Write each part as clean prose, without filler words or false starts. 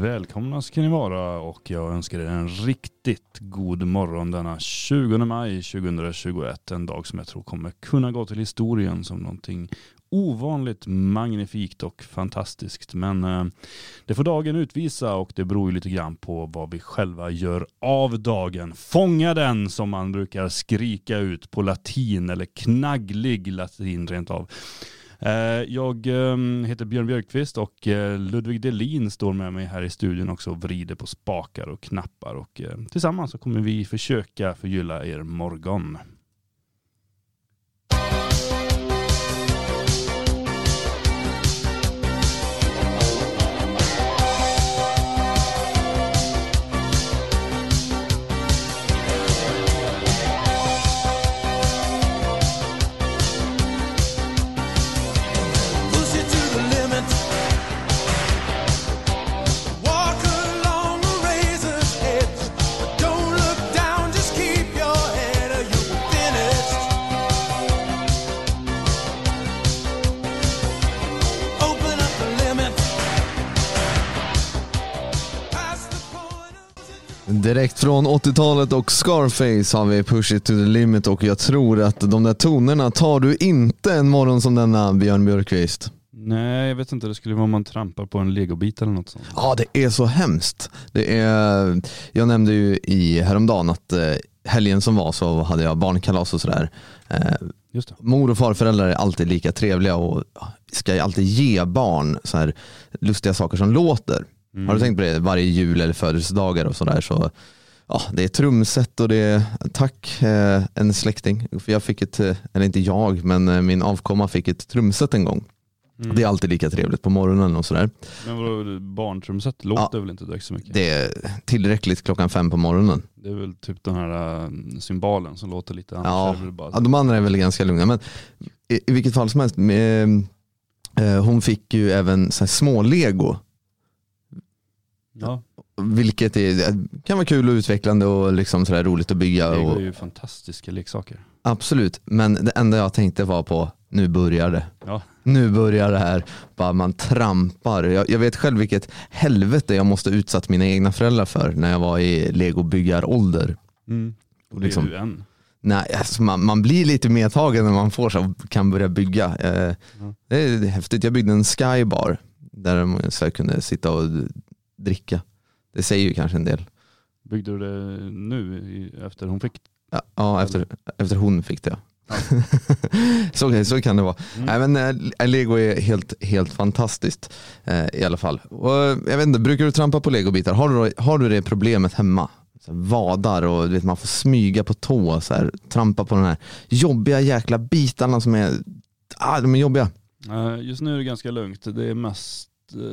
Välkomna ska ni vara och jag önskar er en riktigt god morgon denna 20 maj 2021. En dag som jag tror kommer kunna gå till historien som någonting ovanligt magnifikt och fantastiskt. Men det får dagen utvisa och det beror ju lite grann på vad vi själva gör av dagen. Fånga den, som man brukar skrika ut på latin, eller knagglig latin rent av. Jag heter Björn Björkqvist och Ludvig Delin står med mig här i studion också och vrider på spakar och knappar. Och tillsammans så kommer vi försöka förgylla er morgon. Direkt från 80-talet och Scarface har vi Push It To The Limit, och jag tror att de där tonerna tar du inte en morgon som denna, Björn Björkqvist. Nej, jag vet inte, det skulle vara om man trampar på en legobit eller något sånt. Ja, det är så hemskt. Jag nämnde ju häromdagen att helgen som var så hade jag barnkalas och sådär. Just det. Mor och farföräldrar är alltid lika trevliga och ska ju alltid ge barn så här lustiga saker som låter. Har du tänkt på det? Varje jul eller födelsedagar och sådär, så ja, det är trumset och det är tack en släkting. För jag fick eller inte jag, men min avkomma fick ett trumset en gång. Det är alltid lika trevligt på morgonen och sådär. Men vadå, barntrumset låter väl inte direkt så mycket? Det är tillräckligt 5:00 på morgonen. Det är väl typ den här symbalen som låter lite ja, bara... ja, de andra är väl ganska lugna. Men i vilket fall som helst, hon fick ju även så här små Lego. Ja. Vilket kan vara kul och utvecklande och liksom sådär roligt att bygga. Det är ju fantastiska leksaker. Absolut, men det enda jag tänkte var på, nu börjar det. Ja. Nu börjar det här, bara man trampar. Jag vet själv vilket helvete jag måste utsatt mina egna föräldrar för när jag var i legobyggarålder. Och det är du än. Nej, alltså man blir lite medtagen när man får så kan börja bygga. Det är häftigt. Jag byggde en skybar där man så kunde sitta och dricka. Det säger ju kanske en del. Byggde du det nu efter hon fick? Ja, efter hon fick det. Ja. så kan det vara. Nej, men Lego är helt fantastiskt i alla fall. Och jag vet inte, brukar du trampa på legobitar? Har du det problemet hemma? Så vadar och man får smyga på tå så här, trampa på de här jobbiga jäkla bitarna som är de är jobbiga. Just nu är det ganska lugnt. Det är mest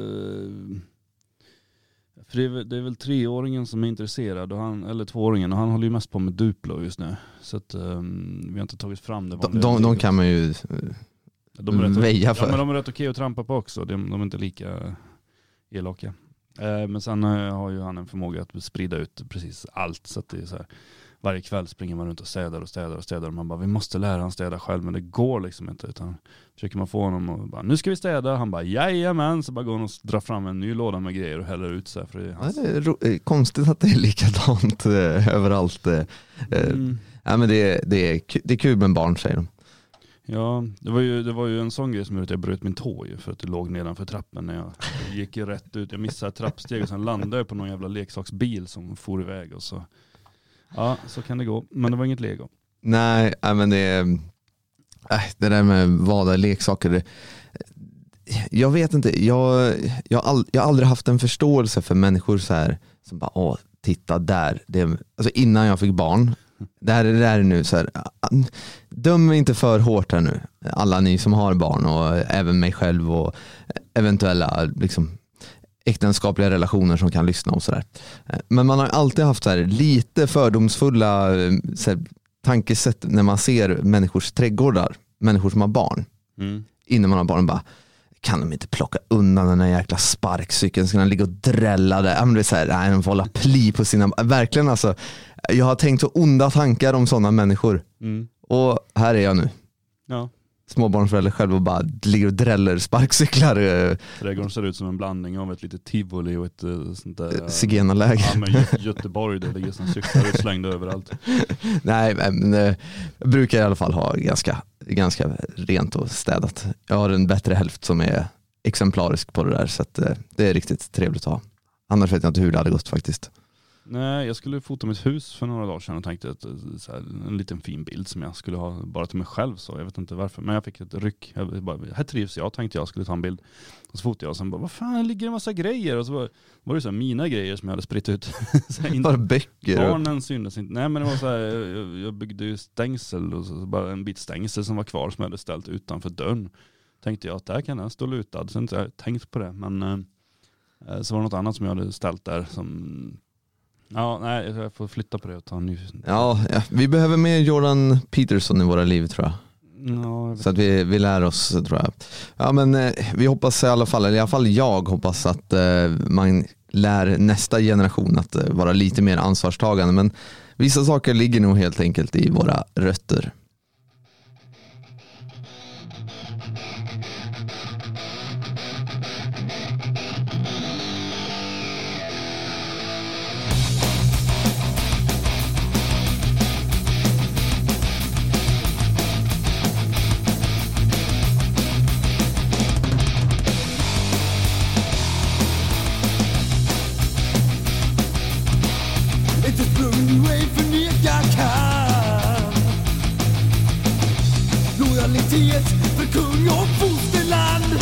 för det är väl 3-åringen som är intresserad eller 2-åringen, och han håller ju mest på med Duplo just nu. Så att vi har inte tagit fram det. De kan man ju väja för. Ja, men de är rätt okej att trampa på också. De är inte lika elaka. Men sen har ju han en förmåga att sprida ut precis allt. Så att det är så här, varje kväll springer man runt och städar. Och man bara, vi måste lära han städa själv. Men det går liksom inte. Utan försöker man få honom och bara, nu ska vi städa. Han bara, jajamän. Så bara går han och drar fram en ny låda med grejer och häller ut sig. För det är hans... det är konstigt att det är likadant överallt. Ja, men det är kul med barn, säger de. Ja, det var ju en sån grej som gjorde att jag bröt min tå ju, för att det låg nedanför trappen när jag gick rätt ut. Jag missade trappsteg och sen landade jag på någon jävla leksaksbil som for iväg och så. Ja, så kan det gå. Men det var inget Lego. Nej, men det där med vad är leksaker. Jag vet inte. Jag har aldrig haft en förståelse för människor så här som bara, titta där. Alltså innan jag fick barn. Det här är nu så här, döm inte för hårt här nu. Alla ni som har barn och även mig själv och eventuella liksom äktenskapliga relationer som kan lyssna och sådär. Men man har alltid haft så här lite fördomsfulla så här, tankesätt när man ser människors trädgårdar, människor som har barn. Innan man har barn bara, kan de inte plocka undan den här jäkla sparkcykeln, ska den ligga och drälla där? Men det är så här, nej, de får hålla pli på sina, verkligen alltså. Jag har tänkt så onda tankar om sådana människor. Och här är jag nu. Ja. småbarnsförälder själv och bara ligger och dräller sparkcyklar. Trädgården ser ut som en blandning av ett litet tivoli och ett sånt där Zigenarläger. Ja, men Göteborg, det ligger såna cyklar utslängda överallt. Nej, men jag brukar i alla fall ha ganska rent och städat. Jag har en bättre hälft som är exemplarisk på det där, så att, det är riktigt trevligt att ha. Annars vet jag inte hur det hade gått faktiskt. Nej, jag skulle fota mitt hus för några dagar sedan och tänkte att så här, en liten fin bild som jag skulle ha bara till mig själv, så jag vet inte varför, men jag fick ett ryck. Här trivs jag, tänkte jag skulle ta en bild. Och så fotade jag och sen bara, vad fan, ligger en massa grejer? Och så var det så här, mina grejer som jag hade spritt ut. Bara böcker. Barnen syntes inte. Nej, men det var så här, jag byggde ju stängsel och så bara en bit stängsel som var kvar som jag hade ställt utanför dörren. Tänkte jag att där kan den stå lutad. Sen inte jag tänkt på det, men så var det något annat som jag hade ställt där som... Ja, nej, jag får flytta på det och ta en ny. Ja, vi behöver mer Jordan Peterson i våra liv, tror jag. Ja, så att vi lär oss, tror jag. Ja, men vi hoppas i alla fall jag hoppas att man lär nästa generation att vara lite mer ansvarstagande. Men vissa saker ligger nog helt enkelt i våra rötter. Lojalitet för kung och fosterland.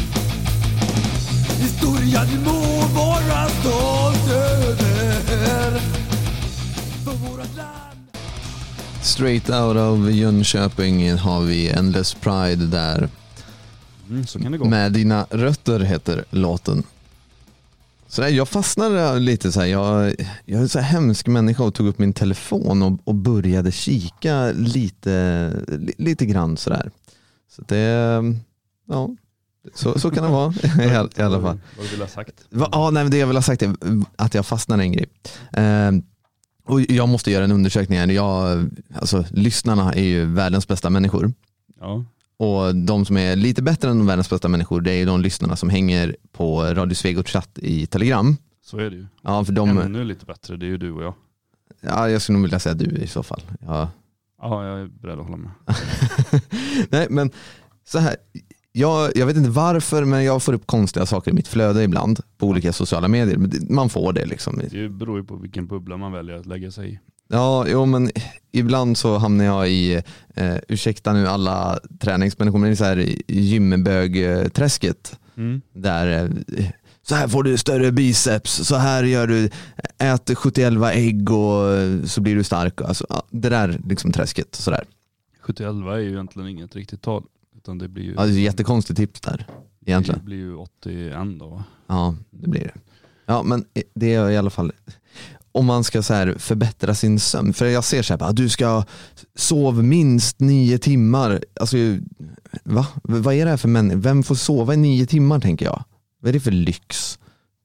Historia du må vara stolt över för vårat land. Straight out of Jönköping har vi Endless Pride där. Så kan det gå. Med dina rötter heter låten. Så där, jag fastnade lite så här. Jag är en så här hemsk människa och tog upp min telefon och började kika lite grann så där. Så det, ja, så kan det vara i alla fall. Vad du vill ha sagt? Ja, nej, det jag vill ha sagt är att jag fastnade i en grej. Och jag måste göra en undersökning här. Alltså, lyssnarna är ju världens bästa människor. Ja. Och de som är lite bättre än världens bästa människor, det är de lyssnarna som hänger på Radio Svegot chatt i Telegram. Så är det ju. Ja, för Ännu lite bättre, det är ju du och jag. Ja, jag skulle nog vilja säga du i så fall. Ja, jag är beredd att hålla med. Nej, men så här. Jag vet inte varför, men jag får upp konstiga saker i mitt flöde ibland på olika sociala medier. Man får det liksom. Det beror ju på vilken bubbla man väljer att lägga sig i. Ja, jo, men ibland så hamnar jag i, ursäkta nu alla träningsmänniskor, men i så här gymbög-träsket. Där, så här får du större biceps, så här gör du, ät 71 ägg och så blir du stark. Alltså, det där liksom träsket. Sådär. 71 är ju egentligen inget riktigt tal. Utan det blir ju, ja, det är jättekonstigt tips där. Egentligen. Det blir ju 81 då. Ja, det blir det. Ja, men det är i alla fall... Om man ska så här förbättra sin sömn. För jag ser så här, du ska sova minst 9 timmar. Alltså, va? Vad är det här för människa? Vem får sova i 9 timmar, tänker jag? Vad är det för lyx?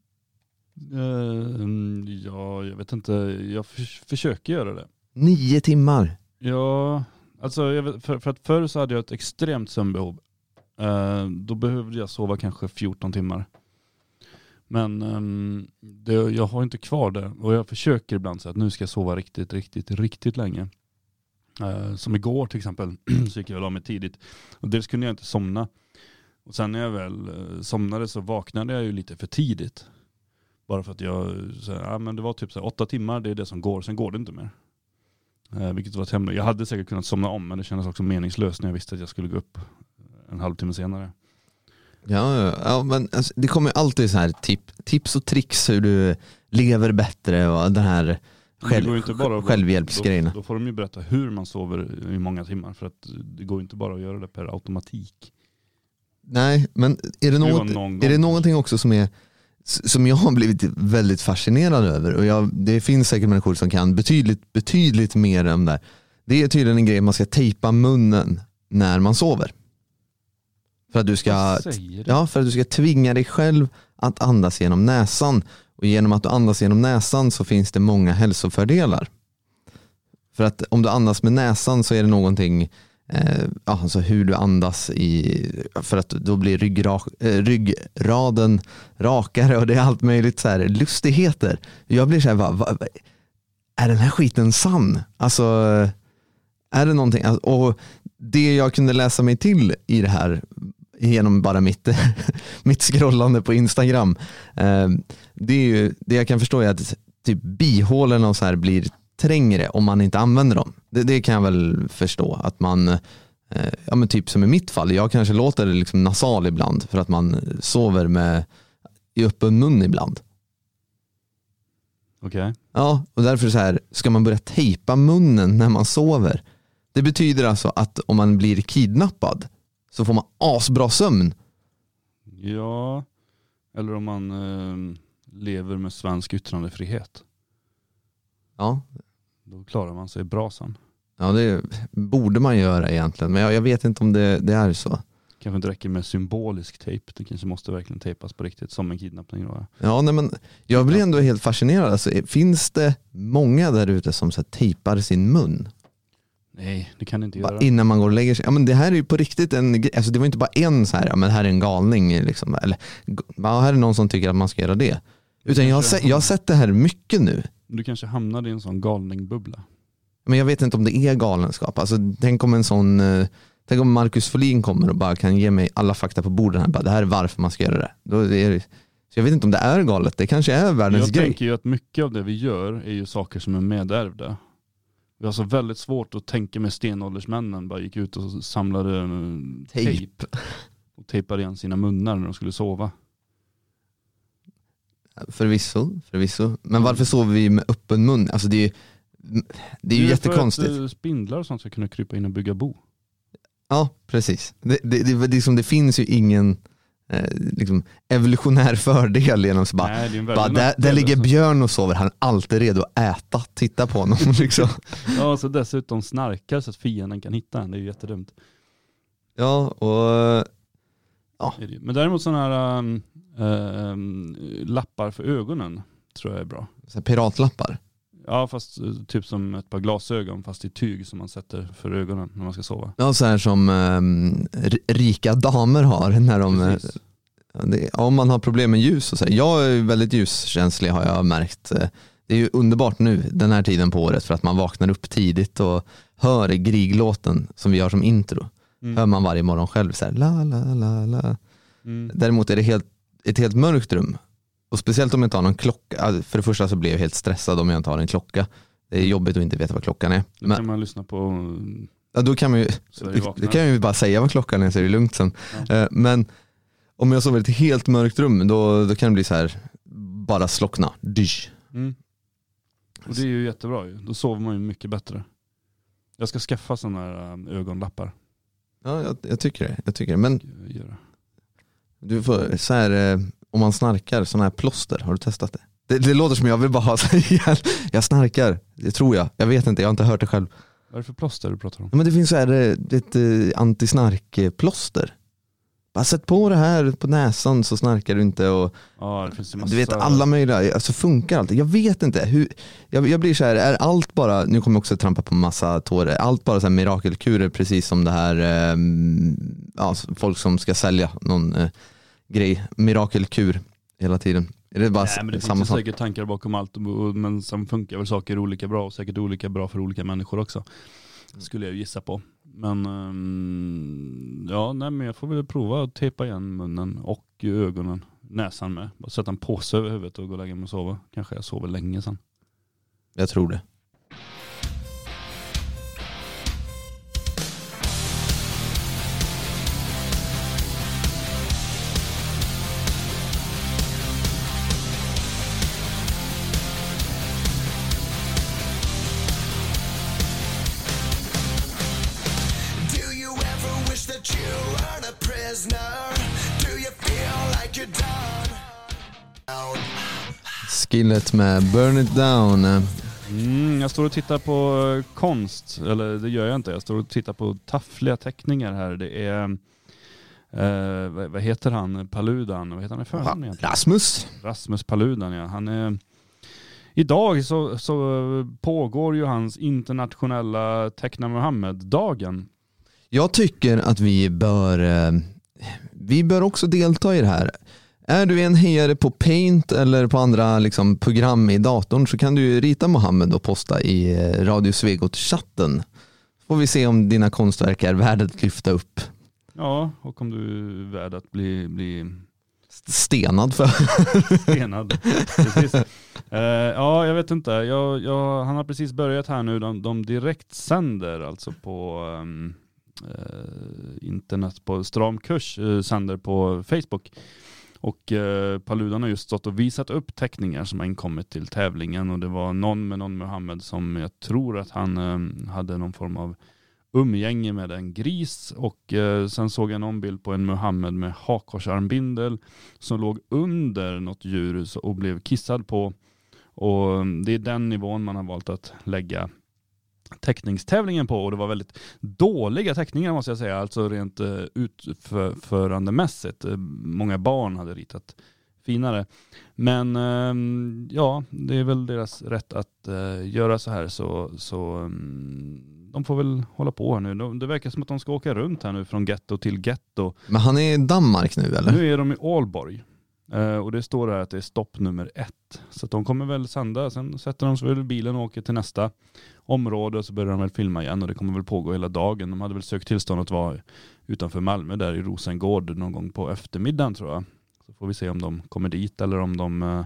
Ja, jag vet inte. Jag försöker göra det. 9 timmar? Ja, alltså för att förr så hade jag ett extremt sömnbehov. Då behövde jag sova kanske 14 timmar. Men jag har inte kvar det. Och jag försöker ibland så att nu ska jag sova riktigt länge. Som igår till exempel så gick jag väl av mig tidigt. Och dels kunde jag inte somna. Och sen när jag väl somnade så vaknade jag ju lite för tidigt. Bara för att men det var typ så här, 8 timmar, det är det som går. Sen går det inte mer. Vilket var ett hemligt. Jag hade säkert kunnat somna om, men det kändes också meningslöst när jag visste att jag skulle gå upp en halvtimme senare. Ja, men alltså, det kommer alltid så här tips och tricks hur du lever bättre och den här självhjälpsgrejerna. Då får de ju berätta hur man sover i många timmar, för att det går inte bara att göra det per automatik. Nej, men är det någonting också som jag har blivit väldigt fascinerad över, och det finns säkert människor som kan betydligt mer än det. Det är tydligen en grej, man ska tejpa munnen när man sover. För att du ska tvinga dig själv att andas genom näsan. Och genom att du andas genom näsan så finns det många hälsofördelar. För att om du andas med näsan så är det någonting alltså hur du andas för att då blir ryggraden rakare och det är allt möjligt så här lustigheter. Jag blir så här, är den här skiten sann? Alltså är det någonting? Och det jag kunde läsa mig till i det här genom bara mitt scrollande på Instagram, det är ju, det jag kan förstå är att typ bihålorna och så här blir trängre om man inte använder dem. Det kan jag väl förstå att man men typ som i mitt fall, jag kanske låter det liksom nasal ibland för att man sover i öppen mun ibland. Okej. Ja, och därför så här, ska man börja tejpa munnen när man sover. Det betyder alltså att om man blir kidnappad så får man asbra sömn. Ja, eller om man lever med svensk yttrandefrihet. Ja. Då klarar man sig bra sen. Ja, det borde man göra egentligen. Men jag vet inte om det är så. Kanske inte räcker med symbolisk tejp. Det kanske måste verkligen tejpas på riktigt som en kidnappning. Då. Ja, nej, men jag blir ändå helt fascinerad. Alltså, finns det många där ute som så här, tejpar sin mun? Nej, det kan det inte bara göra. Innan man går och lägger sig. Ja, men det här är ju på riktigt alltså det var inte bara en så här, ja men här är en galning liksom. Eller ja, här är någon som tycker att man ska göra det. Utan jag har sett det här mycket nu. Du kanske hamnade i en sån galningbubbla. Men jag vet inte om det är galenskap. Alltså tänk om Marcus Folin kommer och bara kan ge mig alla fakta på bordet här. Bara, det här är varför man ska göra det. Så jag vet inte om det är galet. Det kanske är världens grej. Jag tänker ju att mycket av det vi gör är ju saker som är medärvda. Vi har så väldigt svårt att tänka med stenåldersmännen. Bara gick ut och samlade tejp. Och tejpade igen sina munnar när de skulle sova. Förvisso. Men varför sover vi med öppen mun? Alltså det är ju jättekonstigt. För att spindlar och sånt ska kunna krypa in och bygga bo. Ja, precis. Det finns ju ingen liksom, evolutionär fördel genom så bara, där ligger Björn och sover, han är alltid redo att äta. Titta på honom liksom. Ja, så dessutom snarkar så att fienden kan hitta en. Det är ju jättedumt. Ja, och ja. Men däremot sådana här lappar för ögonen tror jag är bra. Så piratlappar? Ja, fast typ som ett par glasögon fast i tyg som man sätter för ögonen när man ska sova. Ja, så här som rika damer har när de om man har problem med ljus och så här. Jag är väldigt ljuskänslig har jag märkt. Det är ju underbart nu den här tiden på året för att man vaknar upp tidigt och hör Grieg-låten som vi har som intro. Hör man varje morgon själv så här la la la la. Däremot är det ett helt mörkt rum. Och speciellt om jag inte har någon klocka. För det första så blir jag helt stressad om jag inte har en klocka. Det är jobbigt att inte veta vad klockan är. Då kan man lyssna på... Ja, då kan man ju... Det kan ju bara säga vad klockan är så är det lugnt sen. Ja. Men om jag sover i ett helt mörkt rum då kan det bli så här bara slockna. Dysch. Och det är ju jättebra ju. Då sover man ju mycket bättre. Jag ska skaffa sådana här ögonlappar. Ja, jag tycker det. Men du får så här... Om man snarkar, sådana här plåster, har du testat det? Det låter som jag vill bara ha så här, jag snarkar, det tror jag. Jag vet inte, jag har inte hört det själv. Vad är det för plåster du pratar om? Ja, men det finns så här ett antisnarkplåster. Bara sätt på det här på näsan så snarkar du inte. Och, ja, det finns en massa... Du vet alla möjliga, alltså funkar allt. Jag vet inte, hur, jag blir så här, är allt bara, nu kommer jag också trampa på massa tårar, allt bara så här mirakelkurer precis som det här, folk som ska sälja någon... grej, mirakelkur hela tiden. Är det bara men det samma finns sak? Säkert tankar bakom allt, men sen funkar väl saker olika bra och säkert olika bra för olika människor också. Skulle jag gissa på. Men men jag får väl prova att tejpa igen munnen och ögonen, näsan med. Bara sätta en påse över huvudet och gå och lägga mig och sova. Kanske jag sover länge sen. Jag tror det. Skillet med Burn It Down. Jag står och tittar på konst, eller det gör jag inte. Jag står och tittar på taffliga teckningar här. Det är vad heter han? Paludan. Vad heter han för namn egentligen? Rasmus Paludan, ja. Han är idag så pågår ju hans internationella Teckna Mohammed-dagen. Jag tycker att vi bör också delta i det här. Är du en hejare på Paint eller på andra liksom, program i datorn så kan du rita Mohammed och posta i Radio Svegot-chatten. Får vi se om dina konstverk är värda att lyfta upp. Ja, och om du är värd att bli stenad för. Stenad, precis. Ja, jag vet inte. Han har precis börjat här nu. De direkt sänder alltså på internet på Stramkurs sänder på Facebook. Och Paludan har just stått och visat upp teckningar som har inkommit till tävlingen. Och det var någon Mohammed som jag tror att han hade någon form av umgänge med en gris. Och sen såg jag någon bild på en Mohammed med hakkorsarmbindel som låg under något djur och blev kissad på. Och det är den nivån man har valt att lägga teckningstävlingen på, och det var väldigt dåliga teckningar måste jag säga, alltså rent utförandemässigt. Många barn hade ritat finare. Men ja, det är väl deras rätt att göra så här, så de får väl hålla på här nu. Det verkar som att de ska åka runt här nu från getto till getto. Men han är i Danmark nu eller? Nu är de i Aalborg. Och det står där att det är stopp nummer 1. Så att de kommer väl sända. Sen sätter de sig i bilen och åker till nästa område och så börjar de väl filma igen. Och det kommer väl pågå hela dagen. De hade väl sökt tillstånd att vara utanför Malmö där i Rosengård någon gång på eftermiddagen tror jag. Så får vi se om de kommer dit eller om de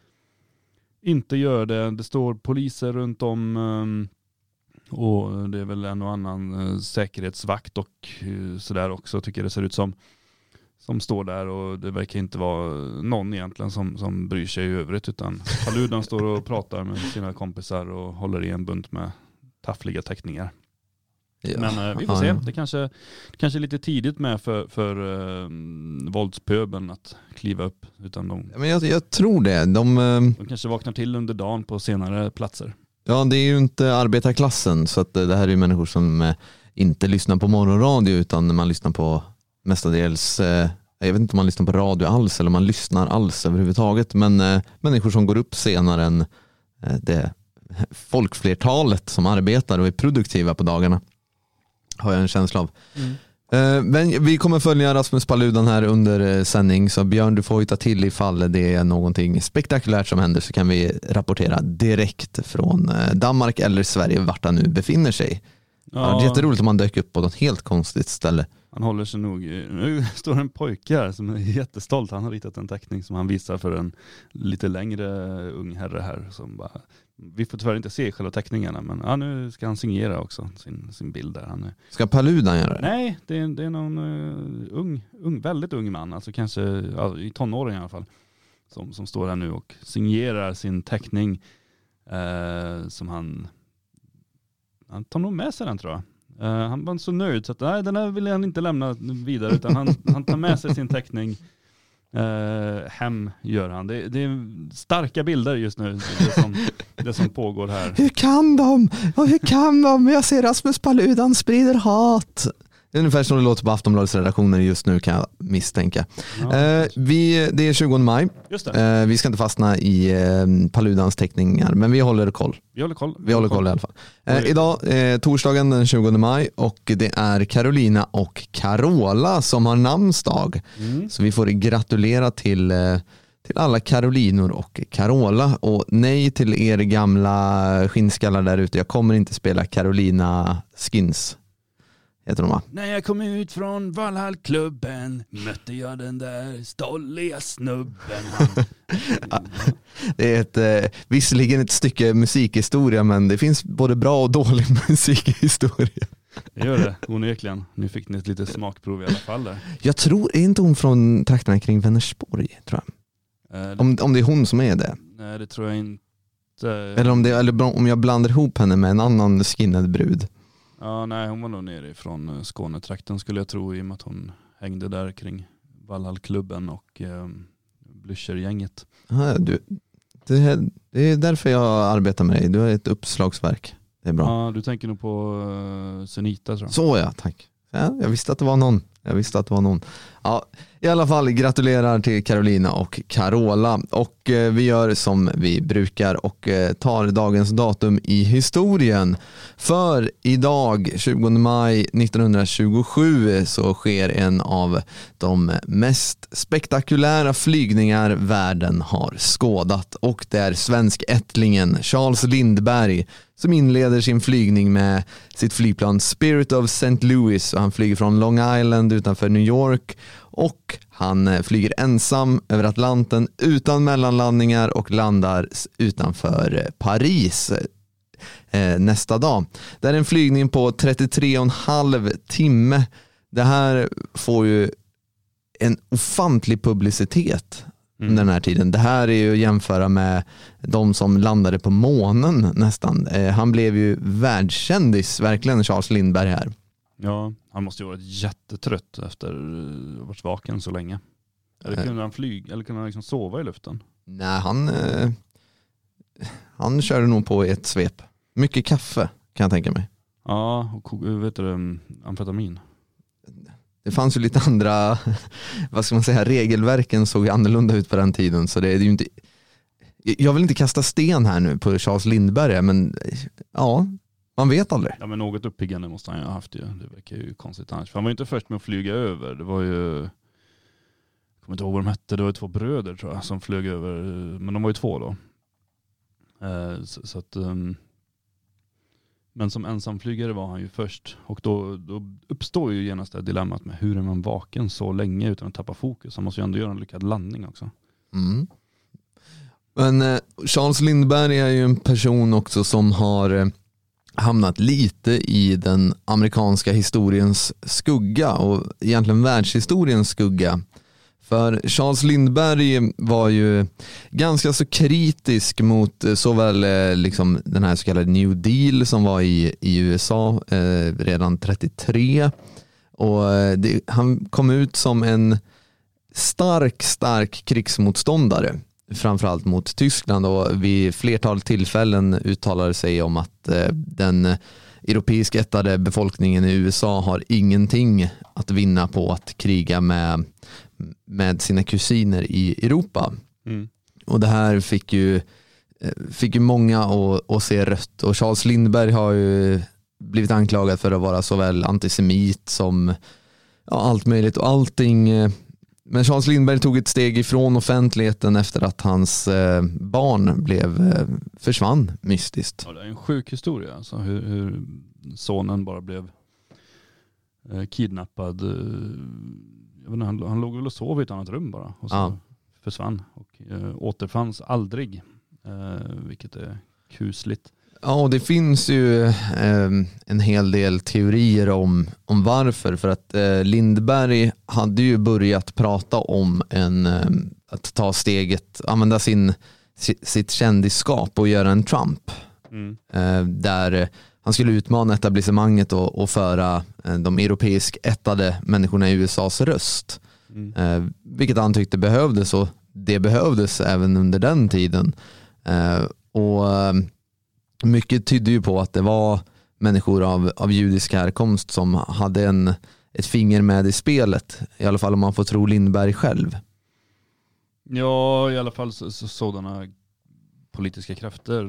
inte gör det. Det står poliser runt om och det är väl en och annan säkerhetsvakt och sådär också tycker det ser ut som står där, och det verkar inte vara någon egentligen som bryr sig i övrigt, utan Paludan står och pratar med sina kompisar och håller i en bunt med taffliga teckningar. Ja. Men vi får se. Det kanske är lite tidigt med för våldspöben att kliva upp. Utan men jag tror det. De kanske vaknar till under dagen på senare platser. Ja, det är ju inte arbetarklassen, så att det här är ju människor som inte lyssnar på morgonradio, utan man lyssnar på mestadels, jag vet inte om man lyssnar på radio alls eller om man lyssnar alls överhuvudtaget, men människor som går upp senare än det folkflertalet som arbetar och är produktiva på dagarna, har jag en känsla av. Men vi kommer följa Rasmus Paludan här under sändning, så Björn, du får hitta till ifall det är någonting spektakulärt som händer, så kan vi rapportera direkt från Danmark eller Sverige vart han nu befinner sig. Ja. Det är jätteroligt om man dök upp på något helt konstigt ställe. Han håller sig nog. Nu står en pojke här som är jättestolt. Han har ritat en teckning som han visar för en lite längre ung herre här. Som bara, vi får tyvärr inte se själva teckningarna, men ja, nu ska han signera också sin bild där. Ska Paludan göra det? Nej, det är någon väldigt ung man. Alltså kanske i tonåren i alla fall. Som står här nu och signerar sin teckning som han tar nog med sig den tror jag. Han var så nöjd så att nej, den här vill han inte lämna vidare, utan han tar med sig sin teckning hem, gör han. Det är starka bilder just nu, det som pågår här. Hur kan de? Jag ser Rasmus Paludan sprider hat. Det är ungefär som det låter på Aftonbladets redaktioner just nu, kan jag misstänka. Ja. Det är 20 maj. Just det. Vi ska inte fastna i Paludans teckningar, men vi håller koll. Vi håller koll i alla fall. Idag torsdagen den 20 maj, och det är Carolina och Carola som har namnsdag. Så vi får gratulera till alla Carolinor och Carola. Och nej till er gamla skinnskallar där ute. Jag kommer inte spela Carolina Skins. När jag kom ut från Valhallklubben mötte jag den där stolliga snubben. Det är visserligen ett stycke musikhistoria, men det finns både bra och dålig musikhistoria. Det gör det, onekligen. Nu fick ni ett litet smakprov i alla fall där. Jag tror, är inte hon från trakterna kring Vänersborg, tror jag. Om det är hon som är det. Nej, det tror jag inte. Eller om jag blandar ihop henne med en annan skinnad brud. Ja, nej, hon var nog nere ifrån Skånetrakten skulle jag tro, i och med att hon hängde där kring Valhallklubben och Blüchergänget. Det är därför jag arbetar med dig. Du har ett uppslagsverk. Det är bra. Ja, du tänker nog på Sunita, tror jag. Så ja, tack. Ja, jag visste att det var någon. Jag visste att det var någon. Ja, i alla fall gratulerar till Carolina och Carola. Och vi gör som vi brukar och tar dagens datum i historien. För idag, 20 maj 1927, så sker en av de mest spektakulära flygningar världen har skådat. Och det är svenskättlingen Charles Lindbergh som inleder sin flygning med sitt flygplan Spirit of St. Louis. Och han flyger från Long Island utanför New York och han flyger ensam över Atlanten utan mellanlandningar och landar utanför Paris nästa dag. Det är en flygning på 33,5 timme. Det här får ju en ofantlig publicitet under den här tiden. Det här är ju att jämföra med de som landade på månen nästan. Han blev ju världskändis, verkligen, Charles Lindbergh här. Ja, han måste ju varit jättetrött efter att ha varit vaken så länge. Eller kunde han flyga, eller kunde han liksom sova i luften? Nej, han körde nog på ett svep. Mycket kaffe kan jag tänka mig. Ja, och vet du, amfetamin. Det fanns ju lite andra, vad ska man säga, regelverken såg annorlunda ut på den tiden. Så det är ju inte, jag vill inte kasta sten här nu på Charles Lindbergh, men ja, man vet aldrig. Ja, men något uppiggande måste han ju ha haft ju. Det verkar ju konstigt annars. För han var ju inte först med att flyga över. Det var ju, jag kommer inte ihåg vad de hette, det var ju 2 bröder tror jag som flög över. Men de var ju 2 då. Så att, men som ensamflygare var han ju först. Och då uppstår ju genast det dilemmat med hur är man vaken så länge utan att tappa fokus. Han måste ju ändå göra en lyckad landning också. Mm. Men Charles Lindbergh är ju en person också som har hamnat lite i den amerikanska historiens skugga och egentligen världshistoriens skugga. För Charles Lindbergh var ju ganska så kritisk mot såväl liksom den här så kallade New Deal som var i USA redan 33. Och han kom ut som en stark krigsmotståndare, framförallt mot Tyskland, och vid flertal tillfällen uttalade sig om att den europeisk ättade befolkningen i USA har ingenting att vinna på att kriga med sina kusiner i Europa. Mm. Och det här fick ju många att se rött, och Charles Lindbergh har ju blivit anklagad för att vara såväl antisemit som allt möjligt och allting. Men Charles Lindbergh tog ett steg ifrån offentligheten efter att hans barn försvann mystiskt. Ja, det är en sjuk historia, alltså hur sonen bara blev kidnappad. Jag vet inte, han låg väl och sov i ett annat rum bara och så försvann och återfanns aldrig, vilket är kusligt. Ja, och det finns ju en hel del teorier om varför. För att Lindbergh hade ju börjat prata om att ta steget, använda sitt kändisskap och göra en Trump. Där han skulle utmana etablissemanget och föra de europeisk ättade människorna i USAs röst. Vilket han tyckte behövdes, och det behövdes även under den tiden. Och mycket tydde ju på att det var människor av judisk härkomst som hade ett finger med i spelet. I alla fall om man får tro Lindbergh själv. Ja, i alla fall sådana politiska krafter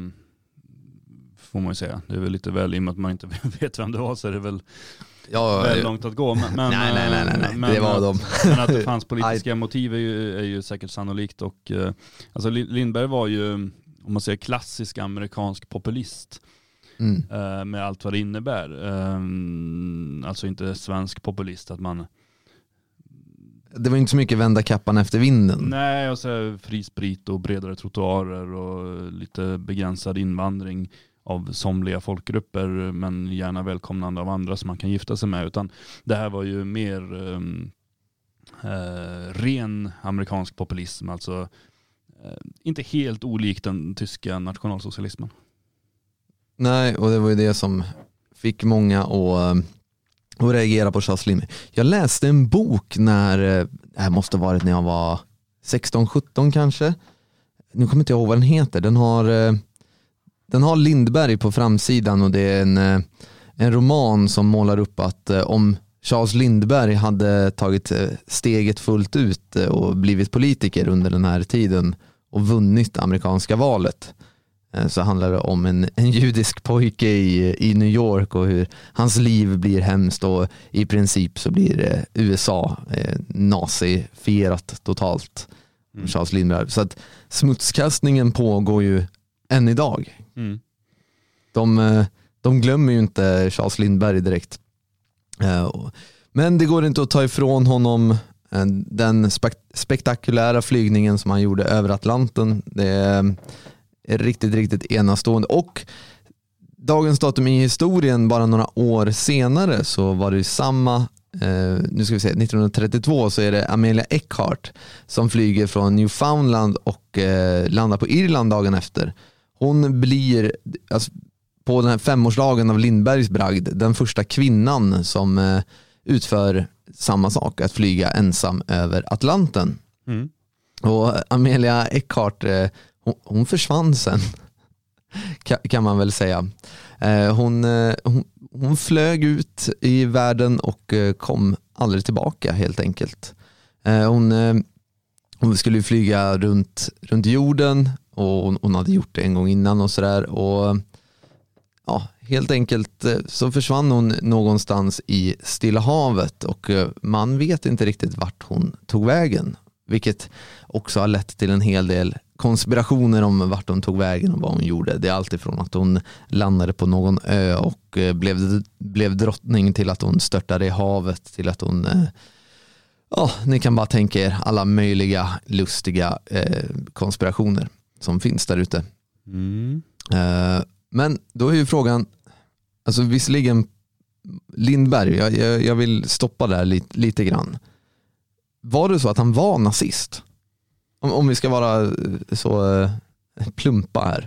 får man ju säga. Det är väl lite väl, i och med att man inte vet vem det var, så är det väl väl långt att gå. Men, nej, det var de. Men att det fanns politiska motiv är ju säkert sannolikt. Och alltså Lindbergh var ju, om man säger, klassisk amerikansk populist. Med allt vad det innebär. Alltså inte svensk populist, att man... Det var inte så mycket vända kappan efter vinden. Nej, och så fri sprit och bredare trottoarer och lite begränsad invandring av somliga folkgrupper, men gärna välkomnande av andra som man kan gifta sig med. Utan det här var ju mer ren amerikansk populism, alltså inte helt olikt den tyska nationalsocialismen. Nej, och det var ju det som fick många att reagera på Charles Lindbergh. Jag läste en bok det här måste ha varit när jag var 16-17 kanske. Nu kommer inte jag ihåg vad den heter. Den har Lindbergh på framsidan, och det är en roman som målar upp att om Charles Lindbergh hade tagit steget fullt ut och blivit politiker under den här tiden och vunnit amerikanska valet, så handlar det om en judisk pojke i New York och hur hans liv blir hemskt och i princip så blir USA nazifierat totalt. Charles Lindbergh. Så att smutskastningen pågår ju än idag. De glömmer ju inte Charles Lindbergh direkt. Men det går inte att ta ifrån honom den spektakulära flygningen som han gjorde över Atlanten. Det är riktigt, riktigt enastående. Och dagens datum i historien, bara några år senare, så var det samma, nu ska vi se, 1932 så är det Amelia Earhart som flyger från Newfoundland och landar på Irland dagen efter. Hon blir, alltså, på den här 5-årsdagen av Lindberghs bragd, den första kvinnan som utför samma sak, att flyga ensam över Atlanten. Och Amelia Earhart, hon försvann sen, kan man väl säga. Hon flög ut i världen och kom aldrig tillbaka helt enkelt. Hon skulle ju flyga runt jorden och hon hade gjort det en gång innan och sådär. Och ja, helt enkelt så försvann hon någonstans i Stilla havet och man vet inte riktigt vart hon tog vägen. Vilket också har lett till en hel del konspirationer om vart hon tog vägen och vad hon gjorde. Det är alltid från att hon landade på någon ö och blev drottning till att hon störtade i havet till att hon... ni kan bara tänka er alla möjliga lustiga konspirationer som finns där ute. Men då är ju frågan, alltså visserligen Lindbergh, jag vill stoppa där lite grann. Var det så att han var nazist? Om vi ska vara så plumpa här.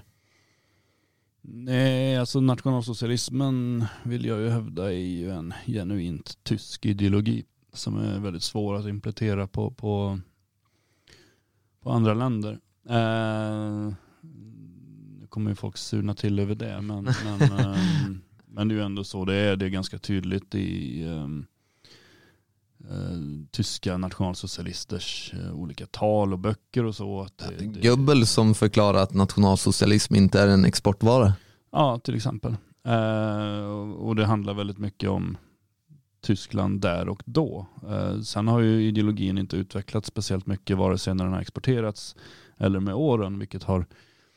Nej, alltså nationalsocialismen vill jag ju hävda är ju en genuint tysk ideologi som är väldigt svår att implementera på andra länder. Nu kommer ju folk surna till över det, men det är ju ändå så. Det är ganska tydligt i tyska nationalsocialisters olika tal och böcker och så. Att Goebbels som förklarar att nationalsocialism inte är en exportvara. Ja, till exempel. Och det handlar väldigt mycket om Tyskland där och då. Sen har ju ideologin inte utvecklats speciellt mycket vare sig när den har exporterats eller med åren, vilket har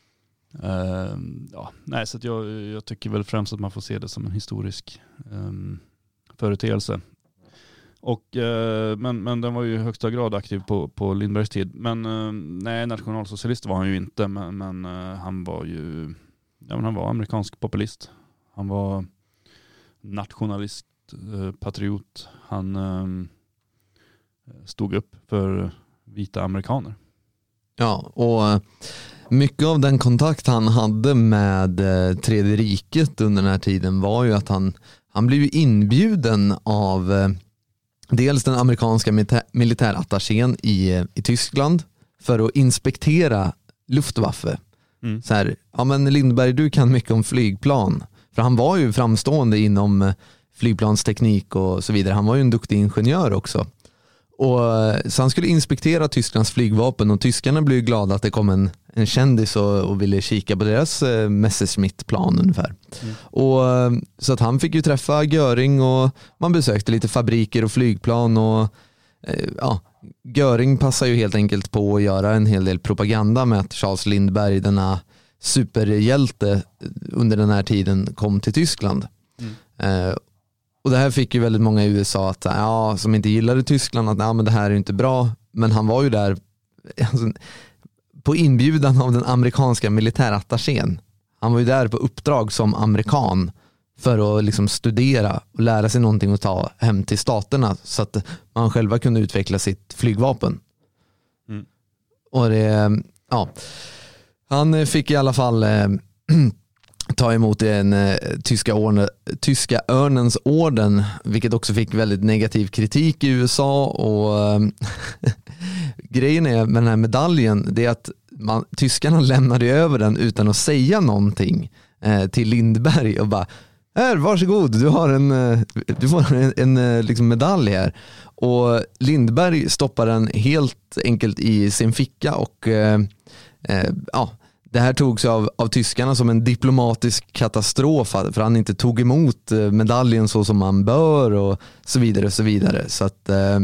så att jag tycker väl främst att man får se det som en historisk företeelse. Och, men den var ju i högsta grad aktiv på Lindberghs tid. Men nej, nationalsocialist var han ju inte. Men han var ju han var amerikansk populist. Han var nationalist, patriot. Han stod upp för vita amerikaner. Ja, och mycket av den kontakt han hade med Tredje riket under den här tiden var ju att han blev inbjuden av dels den amerikanska militärattachén i Tyskland för att inspektera Luftwaffe. Så här, ja men Lindbergh, du kan mycket om flygplan. För han var ju framstående inom flygplansteknik och så vidare. Han var ju en duktig ingenjör också. Och så han skulle inspektera Tysklands flygvapen och tyskarna blev glada att det kom en kändis och ville kika på deras Messerschmitt-plan ungefär. Och så att han fick ju träffa Göring och man besökte lite fabriker och flygplan och Göring passar ju helt enkelt på att göra en hel del propaganda med att Charles Lindbergh, denna superhjälte under den här tiden, kom till Tyskland. Och det här fick ju väldigt många i USA att, som inte gillade Tyskland att men det här är inte bra. Men han var ju där alltså, på inbjudan av den amerikanska militärattachén. Han var ju där på uppdrag som amerikan för att liksom studera och lära sig någonting och ta hem till staterna så att man själva kunde utveckla sitt flygvapen. Och det, han fick i alla fall ta emot en tyska örnens orden, vilket också fick väldigt negativ kritik i USA. Och grejen är med den här medaljen, det är att tyskarna lämnade över den utan att säga någonting till Lindbergh och bara, Varsågod, du får en liksom medalj här. Och Lindberg stoppar den helt enkelt i sin ficka och det här togs av tyskarna som en diplomatisk katastrof för han inte tog emot medaljen så som man bör och så vidare och så vidare. Så att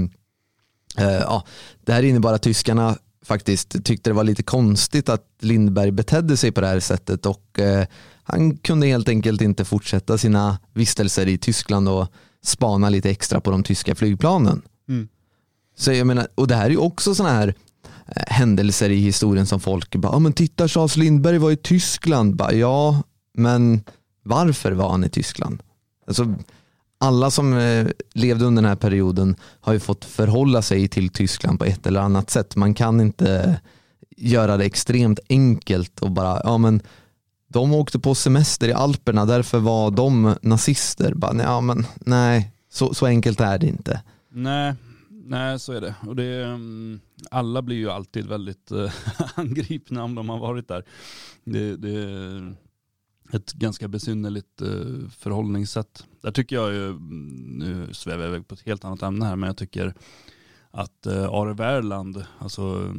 det här innebar att tyskarna faktiskt tyckte det var lite konstigt att Lindberg betedde sig på det här sättet och han kunde helt enkelt inte fortsätta sina vistelser i Tyskland och spana lite extra på de tyska flygplanen. Så jag menar, och det här är ju också såna här händelser i historien som folk bara, men titta, Charles Lindbergh var i Tyskland. Bara, ja, men varför var han i Tyskland? Alltså, alla som levde under den här perioden har ju fått förhålla sig till Tyskland på ett eller annat sätt. Man kan inte göra det extremt enkelt och bara, men de åkte på semester i Alperna, därför var de nazister. Bara, nej, så enkelt är det inte. Nej, så är det. Och alla blir ju alltid väldigt angripna om de har varit där. Det är ett ganska besynnerligt förhållningssätt. Där tycker jag ju, nu svävar jag iväg på ett helt annat ämne här, men jag tycker att Are Wärland, alltså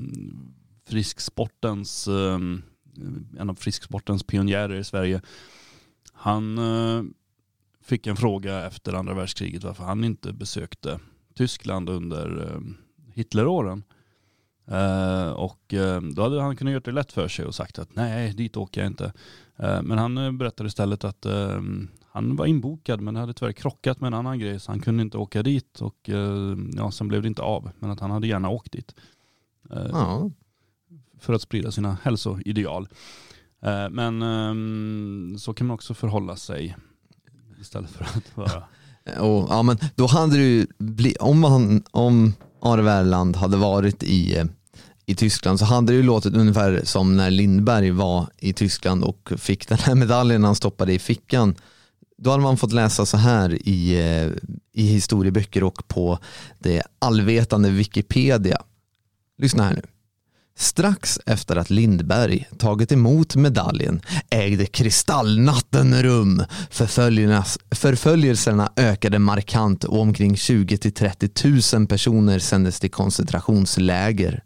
en av frisksportens pionjärer i Sverige, han fick en fråga efter andra världskriget varför han inte besökte Tyskland under Hitleråren. Och då hade han kunnat göra det lätt för sig och sagt att nej, dit åker jag inte. Men han berättade istället att han var inbokad men hade tyvärr krockat med en annan grej så han kunde inte åka dit och sen blev det inte av. Men att han hade gärna åkt dit. För att sprida sina hälsoideal. Men så kan man också förhålla sig istället för att vara... men då hade det ju om Are Wärland hade varit i Tyskland så hade det ju låtit ungefär som när Lindberg var i Tyskland och fick den här medaljen han stoppade i fickan. Då hade man fått läsa så här i historieböcker och på det allvetande Wikipedia. Lyssna här nu. Strax efter att Lindberg tagit emot medaljen ägde kristallnatten rum. Förföljelserna ökade markant och omkring 20 till 30 000 personer sändes till koncentrationsläger.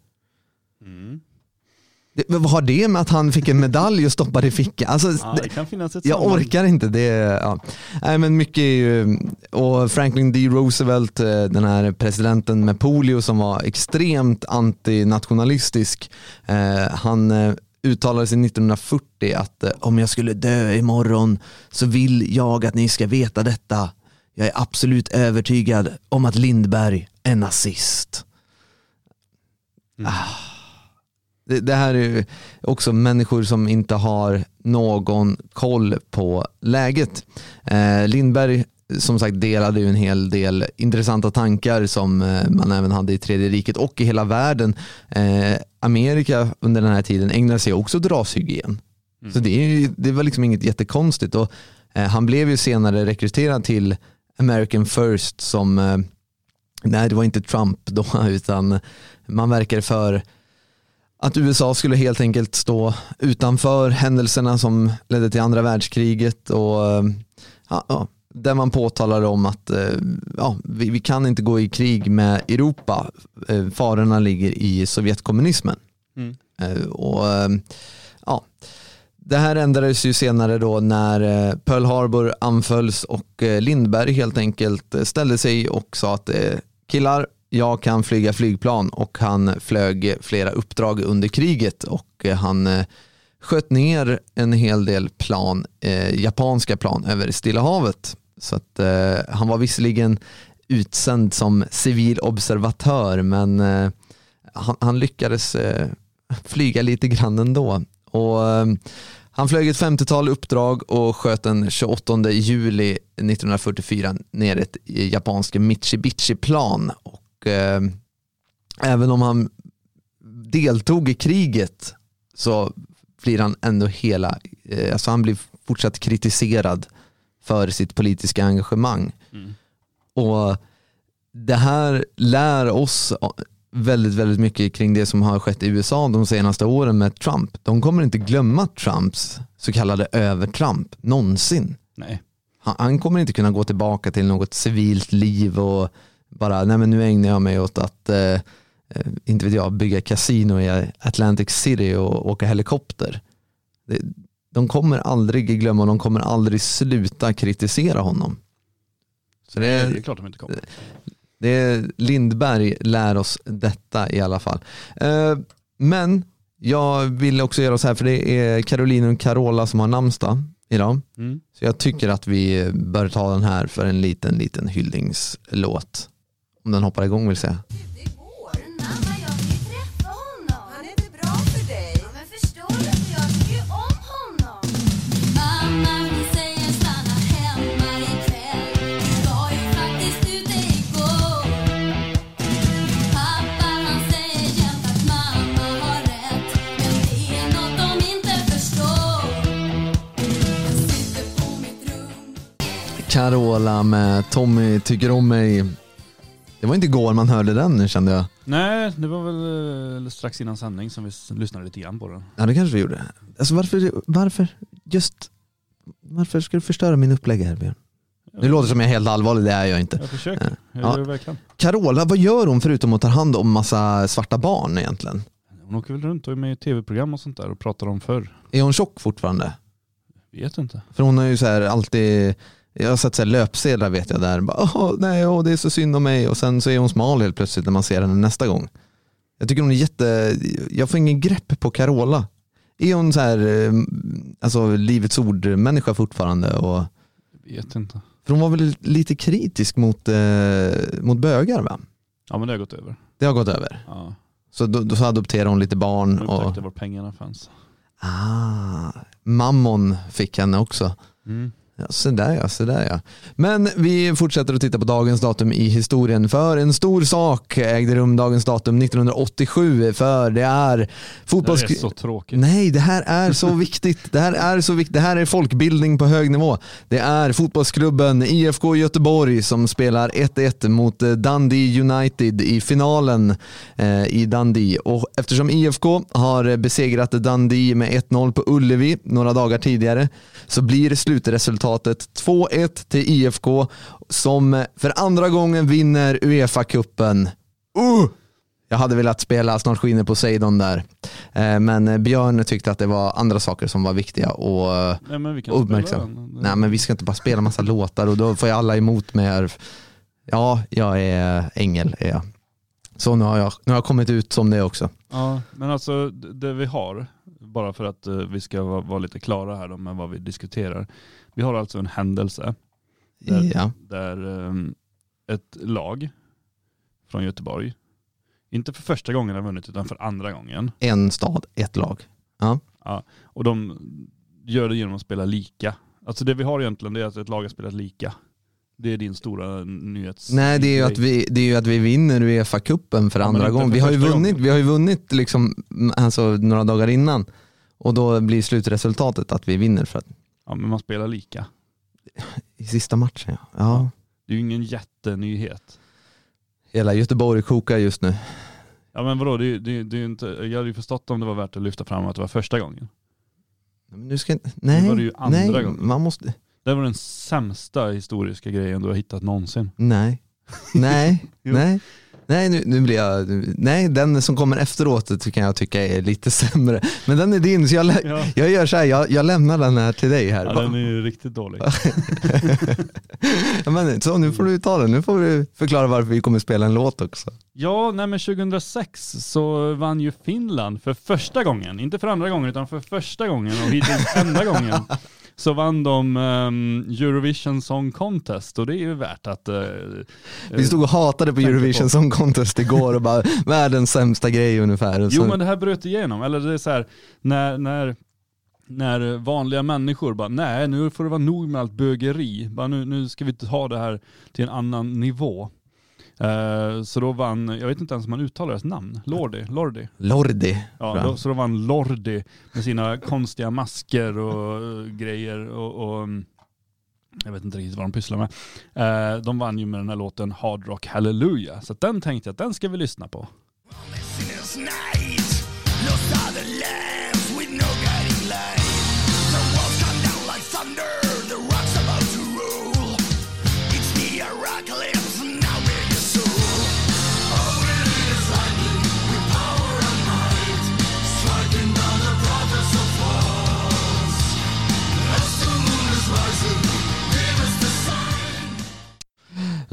Vad har det med att han fick en medalj och stoppade i fickan? Alltså, det kan finnas ett jag orkar inte det. Nej, men mycket är ju, och Franklin D. Roosevelt, den här presidenten med polio som var extremt antinationalistisk, han uttalade sig 1940 att om jag skulle dö imorgon så vill jag att ni ska veta detta. Jag är absolut övertygad om att Lindberg är nazist. Det här är ju också människor som inte har någon koll på läget. Lindberg som sagt delade ju en hel del intressanta tankar som man även hade i Tredje riket och i hela världen. Amerika under den här tiden ägnade sig också åt rashygien. Så det var liksom inget jättekonstigt. Och han blev ju senare rekryterad till American First som, nej det var inte Trump då, utan man verkar för att USA skulle helt enkelt stå utanför händelserna som ledde till andra världskriget och där man påtalade om att vi kan inte gå i krig med Europa. Farorna ligger i Sovjetkommunismen. Det här ändrades ju senare då när Pearl Harbor anfölls och Lindberg helt enkelt ställde sig och sa att killar, jag kan flyga flygplan, och han flög flera uppdrag under kriget och han sköt ner en hel del plan, japanska plan över Stilla havet. Så att han var visserligen utsänd som civil observatör, men han lyckades flyga lite grann ändå. Och han flög ett 50-tal uppdrag och sköt den 28 juli 1944 ner ett japanska Mitsubishi-plan. Och även om han deltog i kriget så blir han ändå han blir fortsatt kritiserad för sitt politiska engagemang. Och det här lär oss väldigt, väldigt mycket kring det som har skett i USA de senaste åren med Trump. De kommer inte glömma Trumps så kallade övertramp någonsin. Nej. Han kommer inte kunna gå tillbaka till något civilt liv och bara, nej men nu ägnar jag mig åt att inte vet jag, bygga kasino i Atlantic City och åka helikopter. De kommer aldrig glömma, de kommer aldrig sluta kritisera honom. Så det är klart de inte kommer. Lindberg lär oss detta i alla fall. Men jag vill också göra så här, för det är Caroline och Carola som har namnsdag idag. Så jag tycker att vi bör ta den här för en liten hyllningslåt. Om den hoppar igång vill säga. Carola med Tommy tycker om mig. Det var inte igår man hörde den nu, kände jag. Nej, det var väl strax innan sändning som vi lyssnade lite grann på den. Ja, det kanske vi gjorde. Alltså varför ska du förstöra min upplägg här, Björn? Det låter som jag är helt allvarlig, det är jag inte. Jag försöker, jag gör verkligen. Carola, vad gör hon förutom att ta hand om massa svarta barn egentligen? Hon åker väl runt och är med i tv-program och sånt där och pratar om förr. Är hon tjock fortfarande? Vet inte. För hon har ju så här alltid... Jag har sett så här löpsedlar, vet jag, där bara, det är så synd om mig, och sen så är hon smal helt plötsligt när man ser henne nästa gång. Jag tycker hon är jag får ingen grepp på Carola. Är hon så här alltså livets ord människa fortfarande? Och jag vet inte. För hon var väl lite kritisk mot bögar, va? Ja, men det har gått över. Det har gått över. Ja. Så då så adopterade hon lite barn. Hon upptäckte var pengarna fanns. Mammon fick henne också. Ja, så där ja. Men vi fortsätter att titta på dagens datum i historien, för en stor sak ägde rum dagens datum 1987, för det är fotbolls... Det är så tråkigt. Nej, det här är så viktigt. Det här är folkbildning på hög nivå. Det är fotbollsklubben IFK Göteborg som spelar 1-1 mot Dundee United i finalen i Dundee. Och eftersom IFK har besegrat Dundee med 1-0 på Ullevi några dagar tidigare, så blir slutresultatet 2-1 till IFK, som för andra gången vinner UEFA-cupen. Jag hade velat spela Snart skiner Poseidon där. Men Björn tyckte att det var andra saker som var viktiga och uppmärksamma. Nej, men vi ska inte bara spela massa låtar och då får jag alla emot mig här. Ja, jag är ängel, är jag. Så nu har jag kommit ut som det också. Ja, men alltså det vi har, bara för att vi ska vara lite klara här då med vad vi diskuterar. Vi har alltså en händelse där ett lag från Göteborg, inte för första gången har vunnit utan för andra gången. En stad, ett lag. Ja, och de gör det genom att spela lika. Alltså det vi har egentligen, det är att ett lag har spelat lika. Det är din stora nyhets... Nej, det är ju att vi vinner UEFA-cupen för andra gången. Vi har ju vunnit liksom, alltså, några dagar innan. Och då blir slutresultatet att vi vinner för att... Ja, men man spelar lika. I sista matchen, ja. Det är ju ingen jättenyhet. Hela Göteborg kokar just nu. Ja, men vadå? Det är inte, jag hade ju förstått om det var värt att lyfta fram att det var första gången. Men nu ska nej, det var det ju andra gången. Man måste... Det var den sämsta historiska grejen du har hittat någonsin. Nej, nu blir jag... Nej, den som kommer efteråt kan jag tycka är lite sämre. Men den är din, så jag gör så här, jag lämnar den här till dig här. Ja, den är ju riktigt dålig. Ja, men, så nu får du ta den. Nu får du förklara varför vi kommer spela en låt också. Ja, nej, men 2006 så vann ju Finland för första gången. Inte för andra gången utan för första gången och hittills enda gången. Så vann de Eurovision Song Contest och det är ju värt att... Vi stod och hatade på Eurovision Song Contest igår och bara världens sämsta grej ungefär. Och jo, men det här bröt igenom. Eller det är så här, när vanliga människor bara, nej, nu får det vara nog med allt bögeri. Bara, nu ska vi ta det här till en annan nivå. Så då vann, jag vet inte ens om man uttalar deras namn, Lordi. Ja, så då vann Lordi med sina konstiga masker och grejer och jag vet inte riktigt vad de pysslar med. De vann ju med den här låten Hard Rock Hallelujah, så den tänkte jag att den ska vi lyssna på. The walls come down like thunder, the rock's about to roll.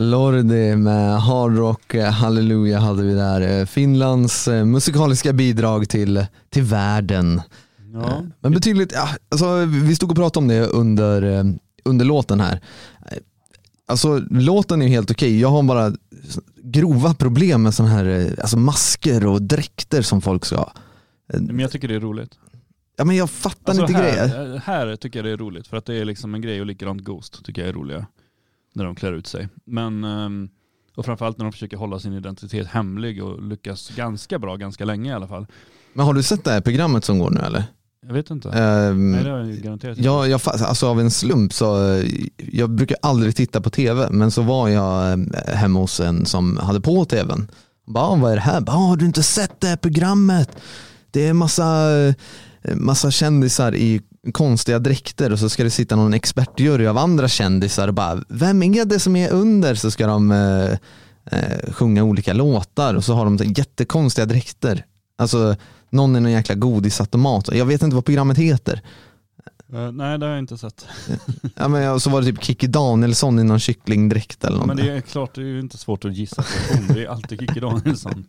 Lordi med Hard Rock Halleluja hade vi där. Finlands musikaliska bidrag till världen. Ja. Men betydligt, alltså, vi stod och pratade om det under låten här. Alltså låten är helt okej. Jag har bara grova problem med sån här alltså, masker och dräkter som folk ska. Men jag tycker det är roligt. Ja, men jag fattar Alltså inte grejer. Här tycker jag det är roligt för att det är liksom en grej, och likadant Ghost tycker jag är roliga när de klär ut sig. Men och framförallt när de försöker hålla sin identitet hemlig och lyckas ganska bra, ganska länge i alla fall. Men har du sett det här programmet som går nu eller? Jag vet inte. Nej, det har jag ju garanterat inte. Alltså av en slump så jag brukar aldrig titta på tv, men så var jag hemma hos en som hade på tvn. Bara, vad är det här? Bara, har du inte sett det här programmet? Det är massa kändisar i konstiga dräkter och så ska det sitta någon expertjury av andra kändisar och bara, vem är det som är under? Så ska de sjunga olika låtar och så har de jättekonstiga dräkter. Alltså någon är någon jäkla godisautomat. Jag vet inte vad programmet heter. Nej, det har jag inte sett. Ja, men så var det typ Kikki Danielsson i någon kycklingdräkt eller något. Men det är klart, det är ju inte svårt att gissa på. Det är alltid Kikki Danielsson.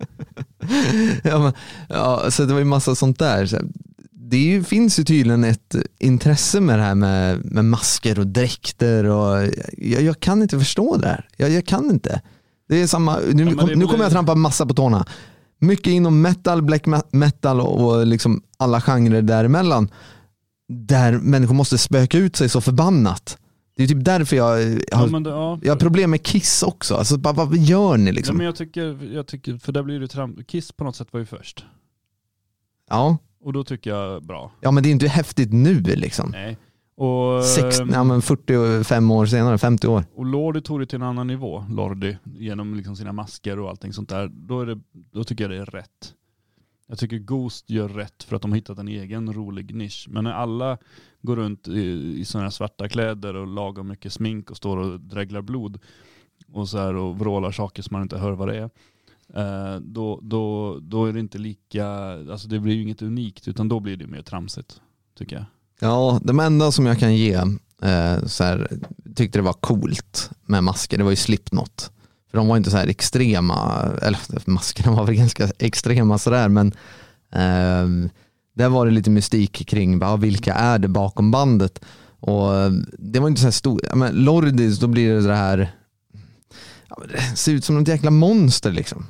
Ja, så det var ju massa sånt där. Så finns ju tydligen ett intresse med det här med masker och dräkter och jag kan inte förstå det här. Jag kan inte. Det är samma, nu kommer jag trampa massa på tårna. Mycket inom metal, black metal och liksom alla genrer däremellan. Där människor måste spöka ut sig så förbannat. Det är typ därför jag har problem med Kiss också. Alltså, vad gör ni liksom? Ja, men jag tycker för där blir det Kiss på något sätt var ju först. Ja. Och då tycker jag bra. Ja, men det är inte häftigt nu liksom. Nej. Och 45 år senare, 50 år. Och Lordi tog det till en annan nivå, Lordi, genom liksom sina masker och allting sånt där. Då tycker jag det är rätt. Jag tycker Ghost gör rätt för att de har hittat en egen rolig nisch. Men när alla går runt i såna här svarta kläder och lagar mycket smink och står och dräglar blod och så här och vrålar saker som man inte hör vad det är, då är det inte lika, alltså det blir ju inget unikt, utan då blir det mer tramsigt, tycker jag. Ja, det enda som jag kan ge så här, tyckte det var coolt med masker, det var ju Slipknot. För de var inte så här extrema, eller maskerna var väl ganska extrema sådär, men där var det lite mystik kring vilka är det bakom bandet. Och det var inte så här stort, men Lordi, då blir det här, det ser ut som något jäkla monster liksom.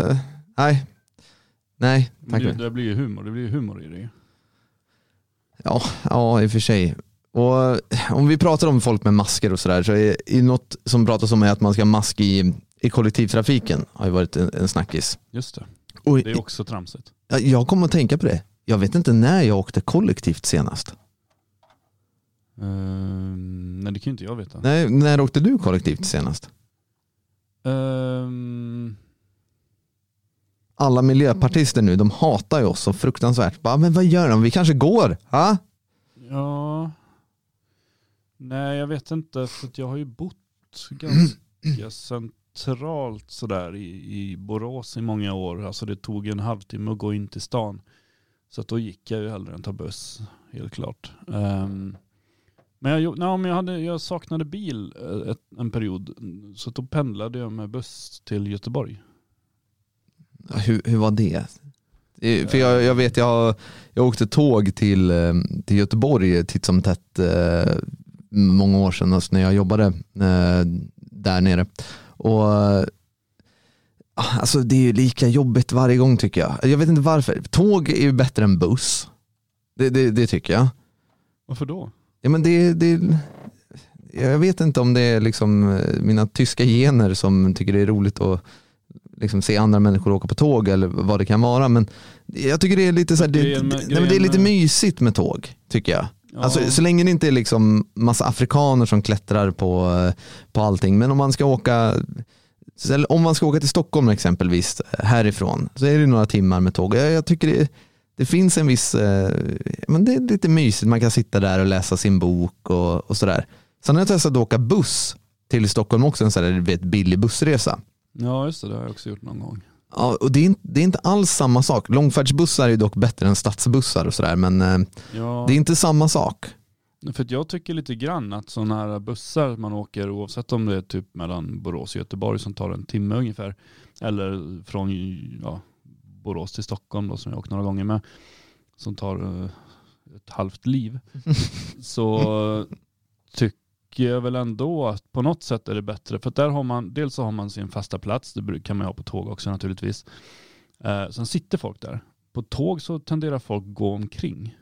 Nej, tack. Det blir ju humor i det. Ja, i och för sig. Och om vi pratar om folk med masker och sådär, så är något som pratas om är att man ska ha mask i kollektivtrafiken, har ju varit en snackis. Just det. Och det är också tramsigt. Jag kommer att tänka på det. Jag vet inte när jag åkte kollektivt senast. Nej, det kan inte jag veta. Nej, när åkte du kollektivt senast? Alla miljöpartister nu, de hatar ju oss så fruktansvärt. Men vad gör de? Vi kanske går, ha? Ja. Nej, jag vet inte, för att jag har ju bott ganska centralt sådär i Borås i många år. Alltså det tog en halvtimme att gå in till stan. Så att då gick jag ju hellre än ta buss, helt klart. Men jag saknade bil en period, så då pendlade jag med buss till Göteborg. Hur var det? För jag vet, jag åkte tåg till Göteborg titt som tätt många år sedan, alltså när jag jobbade där nere. Och alltså det är ju lika jobbigt varje gång, tycker jag. Jag vet inte varför. Tåg är ju bättre än buss. Det tycker jag. Varför då? Ja, men jag vet inte om det är liksom mina tyska gener som tycker det är roligt att liksom se andra människor åka på tåg eller vad det kan vara, men jag tycker det är lite så här, det är lite mysigt med tåg, tycker jag. Ja. Alltså, så länge det inte är liksom massa afrikaner som klättrar på allting, men om man ska åka till Stockholm exempelvis härifrån, så är det några timmar med tåg. Jag tycker det finns en viss men det är lite mysigt, man kan sitta där och läsa sin bok och sådär. Sen har jag testat att åka buss till Stockholm också, en sån där billig bussresa. Ja, just det har jag också gjort någon gång. Ja, och det är inte alls samma sak. Långfärdsbussar är dock bättre än stadsbussar och sådär, men det är inte samma sak. För att jag tycker lite grann att sådana här bussar man åker, oavsett om det är typ mellan Borås och Göteborg som tar en timme ungefär, eller från Borås till Stockholm då, som jag åkt några gånger med, som tar ett halvt liv, så tycker jag väl ändå att på något sätt är det bättre. För att där har man, dels så har man sin fasta plats, det kan man ha på tåg också naturligtvis. Sen sitter folk där. På tåg så tenderar folk gå omkring.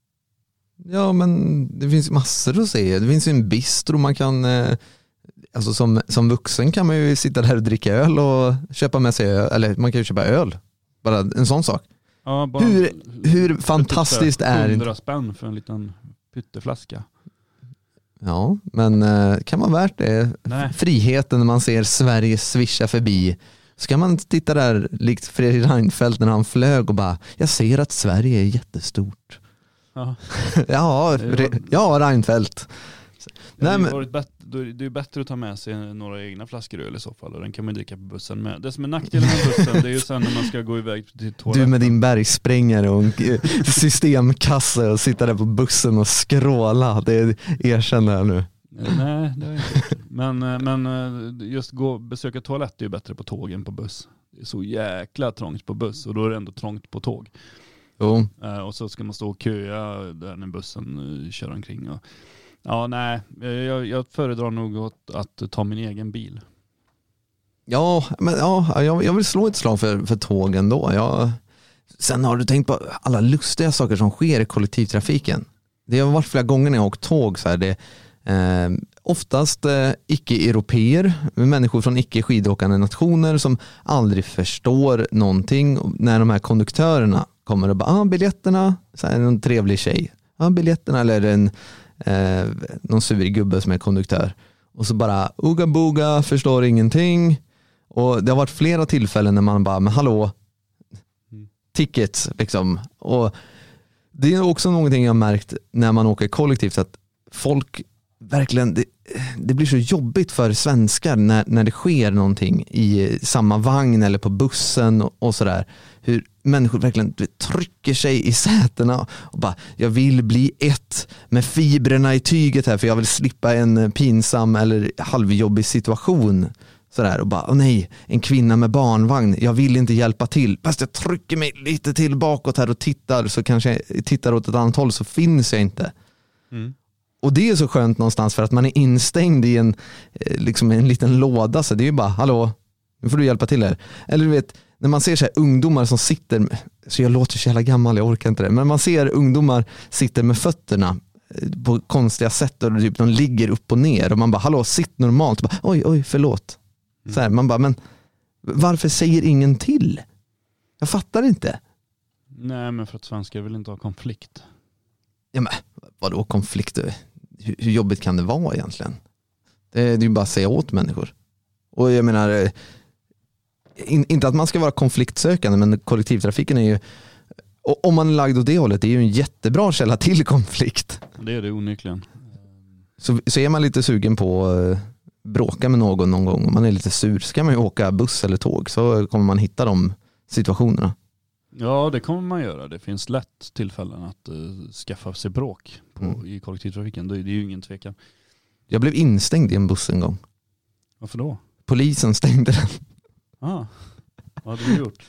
Ja, men det finns massor att se. Det finns ju en bistro man kan... Alltså som vuxen kan man ju sitta där och dricka öl och köpa med sig öl. Eller man kan ju köpa öl. Bara en sån sak. Ja, bara hur fantastiskt är det? 100 spänn för en liten pytteflaska. Ja, men kan man värt det? Nej. Friheten när man ser Sverige svischa förbi. Ska man titta där likt Fredrik Reinfeldt när han flög och bara, jag ser att Sverige är jättestort. Ja. Ja, Reinfeldt. Det är bättre att ta med sig några egna flaskor öl i så fall, och den kan man dricka på bussen med. Det som är nackdelen med bussen, det är ju sen när man ska gå iväg till toaletten. Du med din bergsprängare och en systemkasse och sitta där på bussen och skråla, det erkänner jag nu. Nej, det är inte. Men just besöka toalett är ju bättre på tåg än på buss. Det är så jäkla trångt på buss, och då är det ändå trångt på tåg. Jo. Och så ska man stå och köa där när bussen kör omkring. Och, ja, nej. Jag föredrar nog att ta min egen bil. Ja, men jag vill slå ett slag för tågen då. Sen har du tänkt på alla lustiga saker som sker i kollektivtrafiken. Det har varit flera gånger när jag har åkt tåg så här, det oftast icke-europeer, människor från icke-skidåkande nationer som aldrig förstår någonting. När de här konduktörerna kommer och bara, biljetterna, så här, någon trevlig tjej. Biljetterna, eller någon sur gubbe som är konduktör. Och så bara, uga boga, förstår ingenting. Och det har varit flera tillfällen när man bara, men hallå, tickets liksom. Och det är också någonting jag har märkt när man åker kollektivt, att folk verkligen, det blir så jobbigt för svenskar när det sker någonting i samma vagn eller på bussen och sådär. Hur människor verkligen trycker sig i sätena och bara, jag vill bli ett med fibrerna i tyget här för jag vill slippa en pinsam eller halvjobbig situation. Sådär, och bara, nej, en kvinna med barnvagn, jag vill inte hjälpa till. Fast jag trycker mig lite till bakåt här och tittar, så kanske jag tittar åt ett annat håll så finns jag inte. Mm. Och det är så skönt någonstans för att man är instängd i en liten låda, så det är ju bara, hallå, nu får du hjälpa till här. Eller du vet, när man ser så här ungdomar som sitter, så jag låter så jävla gammal, jag orkar inte det, men man ser ungdomar sitter med fötterna på konstiga sätt och typ de ligger upp och ner och man bara, hallå, sitt normalt. Bara, oj, förlåt. Så här, man bara, men varför säger ingen till? Jag fattar inte. Nej, men för att svenskar vill inte ha konflikt. Ja, men vadå konflikt? Hur jobbigt kan det vara egentligen? Det är ju bara att säga åt människor. Och jag menar, inte att man ska vara konfliktsökande, men kollektivtrafiken är ju, och om man är lagd åt det hållet, det är ju en jättebra källa till konflikt. Det är det onekligen. Så är man lite sugen på bråka med någon gång, om man är lite sur, ska man ju åka buss eller tåg, så kommer man hitta de situationerna. Ja, det kommer man göra. Det finns lätt tillfällen att skaffa sig bråk i kollektivtrafiken. Det är ju ingen tvekan. Jag blev instängd i en buss en gång. Varför då? Polisen stängde den. Vad hade du gjort?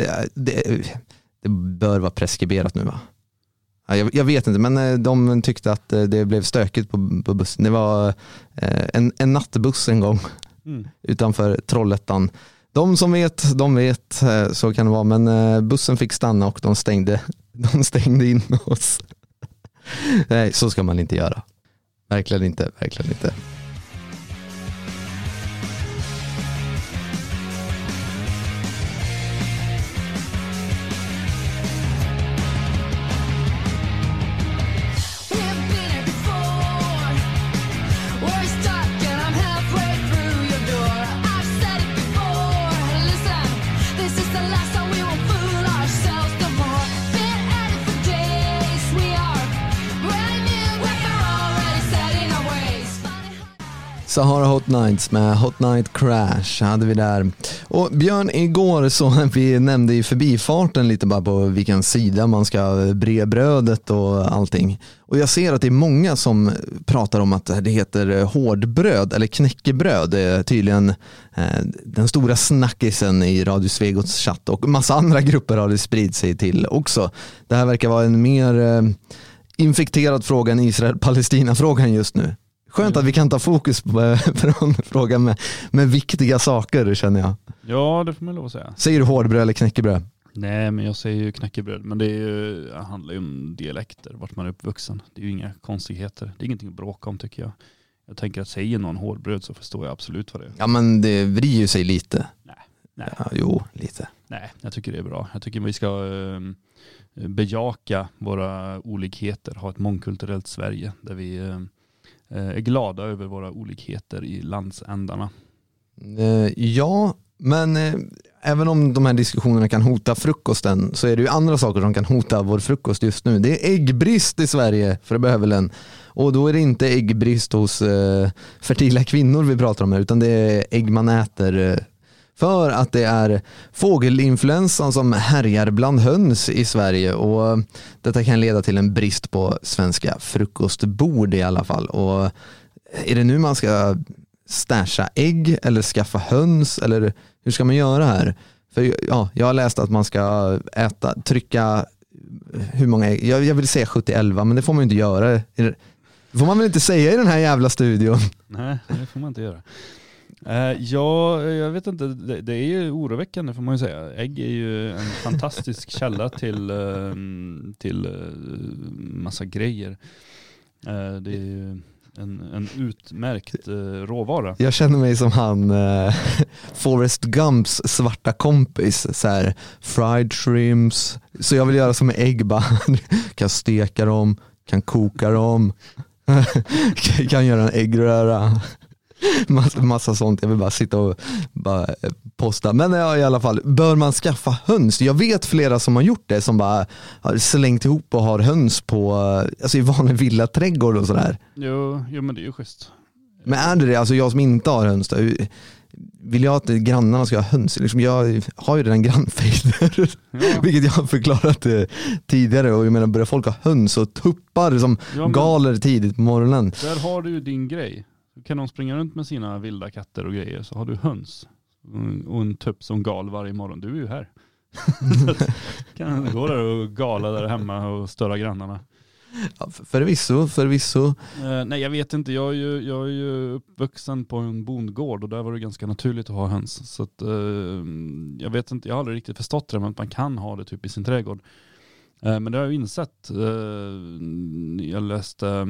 Det bör vara preskriberat nu, va? Jag vet inte, men de tyckte att det blev stökigt på bussen. Det var en nattbuss en gång utanför Trollhättan. De som vet, de vet, så kan det vara. Men bussen fick stanna och de stängde in oss. Nej, så ska man inte göra. Verkligen inte. Sahara Hot Nights med Hot Night Crash hade vi där. Och Björn, igår så vi nämnde i förbifarten lite bara på vilken sida man ska bre brödet och allting. Och jag ser att det är många som pratar om att det heter hårdbröd eller knäckebröd. Det är tydligen den stora snackisen i Radio Svegots chatt och massa andra grupper har det spridit sig till också. Det här verkar vara en mer infekterad fråga än Israel-Palestina-frågan just nu. Skönt att vi kan ta fokus på frågan med viktiga saker, känner jag. Ja, det får man lov att säga. Säger du hårdbröd eller knäckebröd? Nej, men jag säger ju knäckebröd. Men det handlar ju om dialekter, vart man är uppvuxen. Det är ju inga konstigheter. Det är ingenting att bråka om, tycker jag. Jag tänker att säger någon hårdbröd så förstår jag absolut vad det är. Ja, men det vrider ju sig lite. Nej. Ja, jo, lite. Nej, jag tycker det är bra. Jag tycker vi ska bejaka våra olikheter. Ha ett mångkulturellt Sverige där vi är glada över våra olikheter i landsändarna. Ja, men även om de här diskussionerna kan hota frukosten så är det ju andra saker som kan hota vår frukost just nu. Det är äggbrist i Sverige, för det behöver en. Och då är det inte äggbrist hos fertila kvinnor vi pratar om här, utan det är ägg man äter för att det är fågelinfluensan som härjar bland höns i Sverige, och detta kan leda till en brist på svenska frukostbord i alla fall. Och är det nu man ska stasha ägg eller skaffa höns, eller hur ska man göra här? För ja, jag har läst att man ska trycka hur många ägg, jag vill säga 70-11, men det får man ju inte göra. Det får man väl inte säga i den här jävla studion? Nej, det får man inte göra. Ja, jag vet inte. Det är ju oroväckande, får man ju säga. Ägg är ju en fantastisk källa till massa grejer. Det är ju en utmärkt råvara. Jag känner mig som han Forrest Gumps svarta kompis, så här, fried shrimps. Så jag vill göra som med ägg, bara kan steka dem, kan koka dem, kan göra en äggröra. Massa sånt. Jag vill bara sitta och bara posta. Men ja, i alla fall, bör man skaffa höns? Jag vet flera som har gjort det, som bara har slängt ihop och har höns på, alltså i vanlig villaträdgård och sådär. Jo, men det är ju schysst. Men är det? Alltså jag som inte har höns då, vill jag att grannarna ska ha höns? Liksom, jag har ju redan grannfejder, vilket jag har förklarat tidigare. Och jag menar, börjar folk ha höns och tuppar som galer tidigt på morgonen. Där har du ju din grej. Kan de springa runt med sina vilda katter och grejer, så har du höns och en tupp som gal varje morgon. Du är ju här. Kan gå där och gala där hemma och störa grannarna. Ja, förvisso. Nej, jag vet inte. Jag är ju uppvuxen på en bondgård och där var det ganska naturligt att ha höns. Så att, jag vet inte, jag har aldrig riktigt förstått det, men att man kan ha det typ i sin trädgård. Men det har jag insett. Jag läste...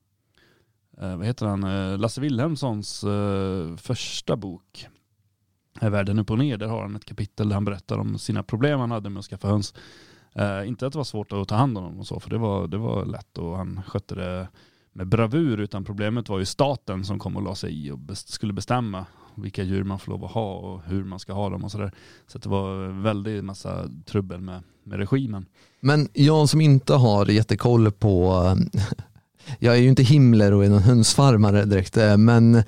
vad heter han? Lasse Wilhelmssons första bok, Världen upp och ner. Där har han ett kapitel där han berättar om sina problem han hade med att skaffa höns. Inte att det var svårt att ta hand om dem och så, för det var lätt och han skötte det med bravur, utan problemet var ju staten som kom och la sig i och skulle bestämma vilka djur man får lov att ha och hur man ska ha dem och sådär. Så att det var väldigt massa trubbel med regimen. Men jag som inte har jättekoll på... Jag är ju inte Himmler och är någon hönsfarmare direkt, men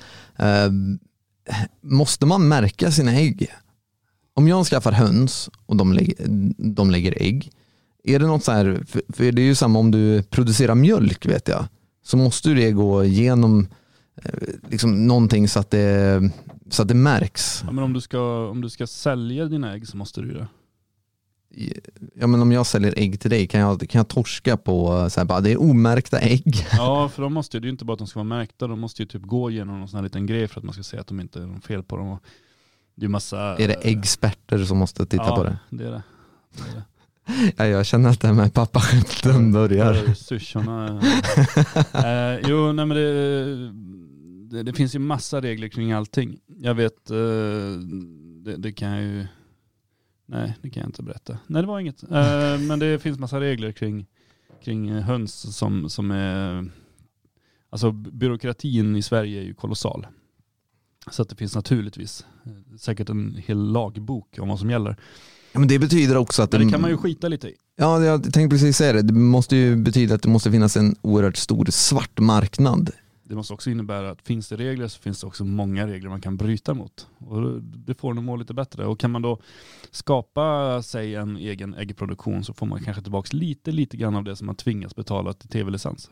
måste man märka sina ägg? Om jag skaffar höns och de lägger ägg, är det något så här, för det är ju samma om du producerar mjölk, vet jag, så måste det gå igenom liksom någonting så att det märks. Ja, men om du ska sälja dina ägg så måste du det. Ja, men om jag säljer ägg till dig, kan jag torska på så här, bara, det är omärkta ägg? Ja, för de måste ju, det är ju inte bara att de ska vara märkta, de måste ju typ gå igenom någon sån här liten grej för att man ska säga att de inte är någon fel på dem. Och det är massa... Är det äggexperter som måste titta på det? Ja, det är det. Ja, jag känner att det här med pappaskämten börjar. Syrsorna. Jo, nej, men det finns ju massa regler kring allting. Jag vet, det kan jag ju... Nej, det kan jag inte berätta. Nej, det var inget. Men det finns massa regler kring höns som är... Alltså byråkratin i Sverige är ju kolossal. Så att det finns naturligtvis säkert en hel lagbok om vad som gäller. Ja, men det betyder också att... Men det kan man ju skita lite i. Ja, jag tänkte precis säga det. Det måste ju betyda att det måste finnas en oerhört stor svart marknad det måste också innebära att finns det regler så finns det också många regler man kan bryta mot. Och det får nog må lite bättre. Och kan man då skapa sig en egen äggproduktion så får man kanske tillbaka lite grann av det som man tvingas betala till tv-licens.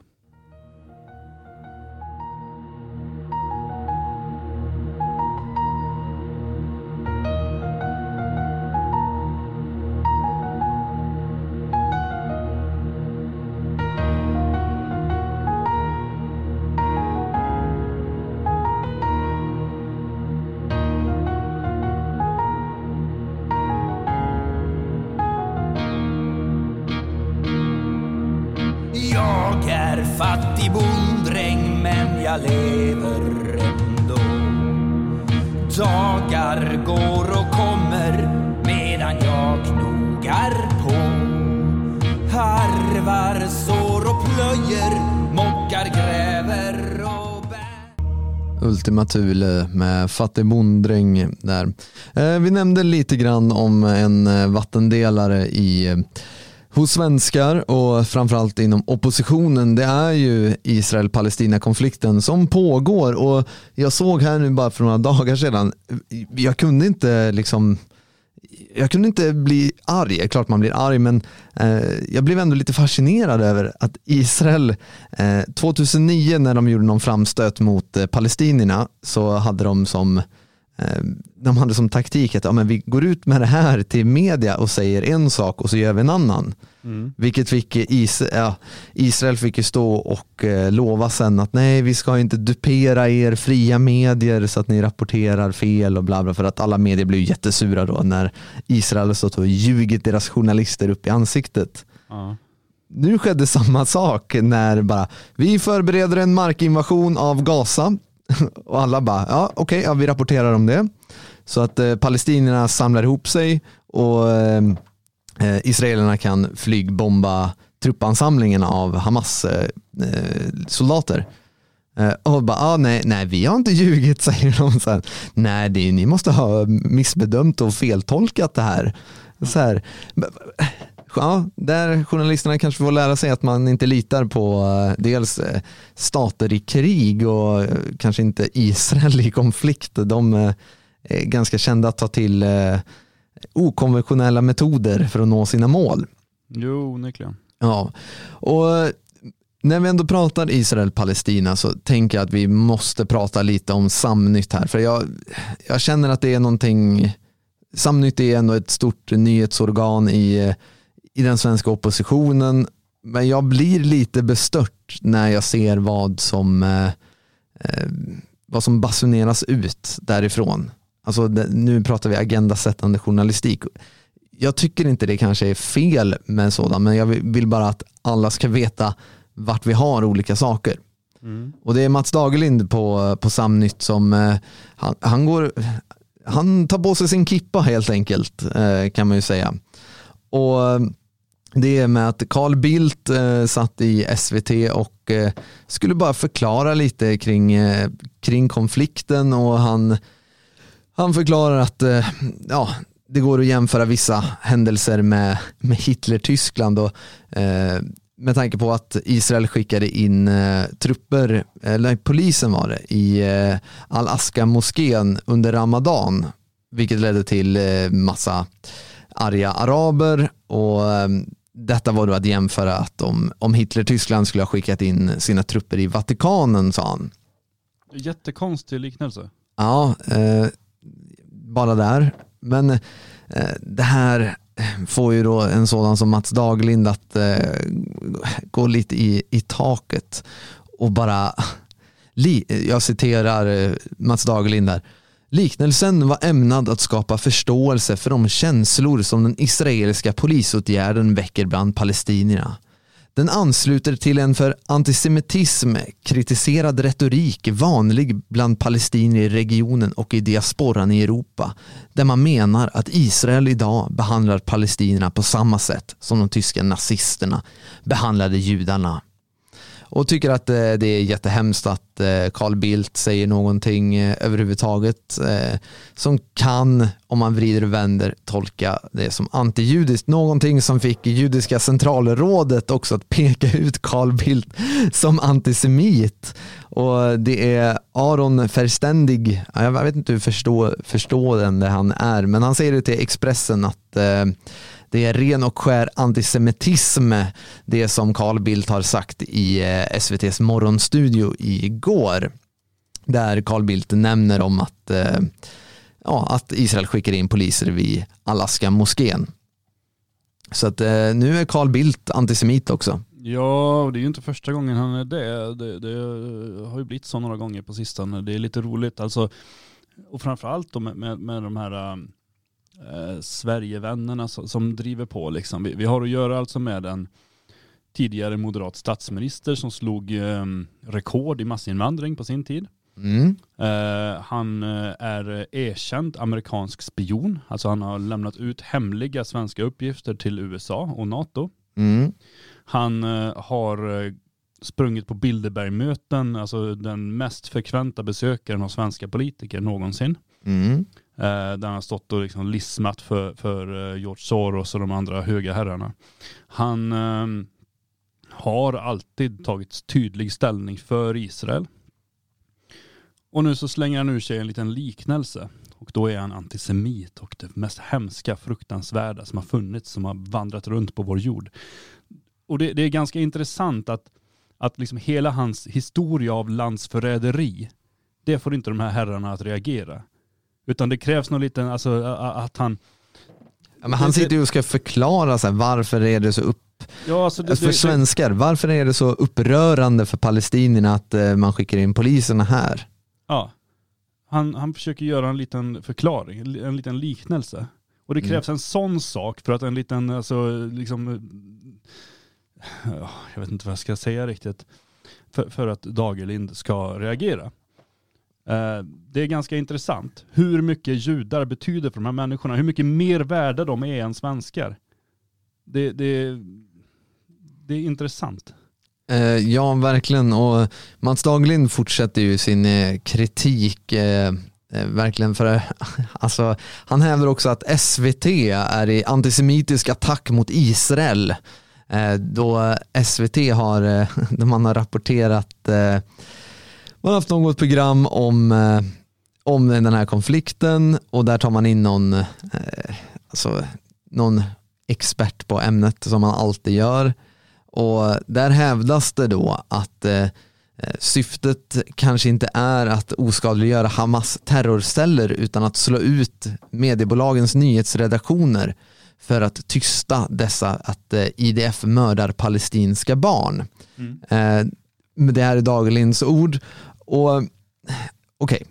Jag är fattig bonddräng men jag lever ändå. Dagar går och kommer medan jag knogar på. Harvar, sår och plöjer, mockar, gräver och bär. Ultima Thule med fattig bonddräng där. Vi nämnde lite grann om en vattendelare hos svenskar och framförallt inom oppositionen. Det är ju Israel-Palestina-konflikten som pågår, och jag såg här nu bara för några dagar sedan, jag kunde inte bli arg. Klart man blir arg, men jag blev ändå lite fascinerad över att Israel 2009 när de gjorde någon framstöt mot palestinierna så hade de som taktik att men vi går ut med det här till media och säger en sak och så gör vi en annan. Vilket fick Israel fick ju stå och lova sen att nej, vi ska inte dupera er fria medier så att ni rapporterar fel och bla bla, för att alla medier blev jättesura då när Israel stått och ljugit deras journalister upp i ansiktet. Nu skedde samma sak när vi förbereder en markinvasion av Gaza. Och alla bara, vi rapporterar om det. Så att palestinierna samlar ihop sig och israelerna kan flygbomba truppansamlingen av Hamas soldater. Och bara, nej, vi har inte ljugit, säger de sen. Nej, ni måste ha missbedömt och feltolkat det här. Så här. Ja, där journalisterna kanske får lära sig att man inte litar på dels stater i krig och kanske inte Israel i konflikt. De är ganska kända att ta till okonventionella metoder för att nå sina mål. Jo, onekligen. Ja, och när vi ändå pratar Israel-Palestina så tänker jag att vi måste prata lite om Samnytt här. För jag känner att det är någonting, Samnytt är ändå ett stort nyhetsorgan i den svenska oppositionen, men jag blir lite bestört när jag ser vad som basuneras ut därifrån. Alltså nu pratar vi agendasättande journalistik. Jag tycker inte det kanske är fel med sådan, men jag vill bara att alla ska veta vart vi har olika saker. Och det är Mats Dagerlind på Samnytt som han tar på sig sin kippa helt enkelt, kan man ju säga. Och det är med att Carl Bildt satt i SVT och skulle bara förklara lite kring konflikten, och han förklarar att det går att jämföra vissa händelser med Hitler-Tyskland, och med tanke på att Israel skickade in trupper, eller polisen var det, i Al-Aqsa-moskén under Ramadan, vilket ledde till massa arga araber, och detta var då att jämföra att om Hitler-Tyskland skulle ha skickat in sina trupper i Vatikanen, sa han. Jättekonstig liknelse. Ja, bara där. Men det här får ju då en sådan som Mats Dagerlind att gå lite i taket och bara, jag citerar Mats Dagerlind där: liknelsen var ämnad att skapa förståelse för de känslor som den israeliska polisåtgärden väcker bland palestinierna. Den ansluter till en för antisemitism kritiserad retorik vanlig bland palestinier i regionen och i diasporan i Europa, där man menar att Israel idag behandlar palestinierna på samma sätt som de tyska nazisterna behandlade judarna. och tycker att det är jättehemskt att Carl Bildt säger någonting överhuvudtaget som kan, om man vrider och vänder, tolka det som antijudiskt. Någonting som fick Judiska centralrådet också att peka ut Carl Bildt som antisemit. Och det är Aron Verständig, jag vet inte hur förstående han är, men han säger det till Expressen att det är ren och skär antisemitism, det som Carl Bildt har sagt i SVT:s morgonstudio igår. Där Carl Bildt nämner om att Israel skickar in poliser vid Alaska-moskén. Så att nu är Carl Bildt antisemit också. Ja, det är ju inte första gången han är det. Det har ju blivit så några gånger på sistone. Det är lite roligt. Alltså, och framförallt då med de här Sverigevännerna som driver på. Liksom. Vi har att göra alltså med en tidigare moderat statsminister som slog rekord i massinvandring på sin tid. Han är erkänd amerikansk spion. Alltså han har lämnat ut hemliga svenska uppgifter till USA och NATO. Han har sprungit på Bilderbergmöten, alltså den mest frekventa besökaren av svenska politiker någonsin. Där han har stått och liksom lismat för George Soros och de andra höga herrarna. Han har alltid tagit tydlig ställning för Israel. Och nu så slänger han ur sig en liten liknelse. Och då är han antisemit och det mest hemska, fruktansvärda som har funnits, som har vandrat runt på vår jord. Och det är ganska intressant att liksom hela hans historia av landsförräderi, det får inte de här herrarna att reagera. Utan det krävs nog lite, alltså att han... Ja, men han sitter ju och ska förklara så här, varför är det så för svenskar, varför är det så upprörande för palestinierna att man skickar in poliserna här? Ja, han försöker göra en liten förklaring, en liten liknelse. Och det krävs en sån sak för att en liten, alltså liksom... jag vet inte vad jag ska säga riktigt, för att Dagerlind ska reagera. Det är ganska intressant hur mycket judar betyder för de här människorna, hur mycket mer värda de är än svenskar. Det är intressant. Ja, verkligen. Och Mats Dagerlind fortsätter ju sin kritik verkligen för alltså, han hävdar också att SVT är i antisemitisk attack mot Israel. Då SVT man har rapporterat man har haft något program om den här konflikten, och där tar man in någon expert på ämnet som man alltid gör, och där hävdas det då att syftet kanske inte är att oskadliggöra Hamas terrorceller utan att slå ut mediebolagens nyhetsredaktioner för att tysta dessa, att IDF mördar palestinska barn. Det här är Dagerlinds ord. Och okej.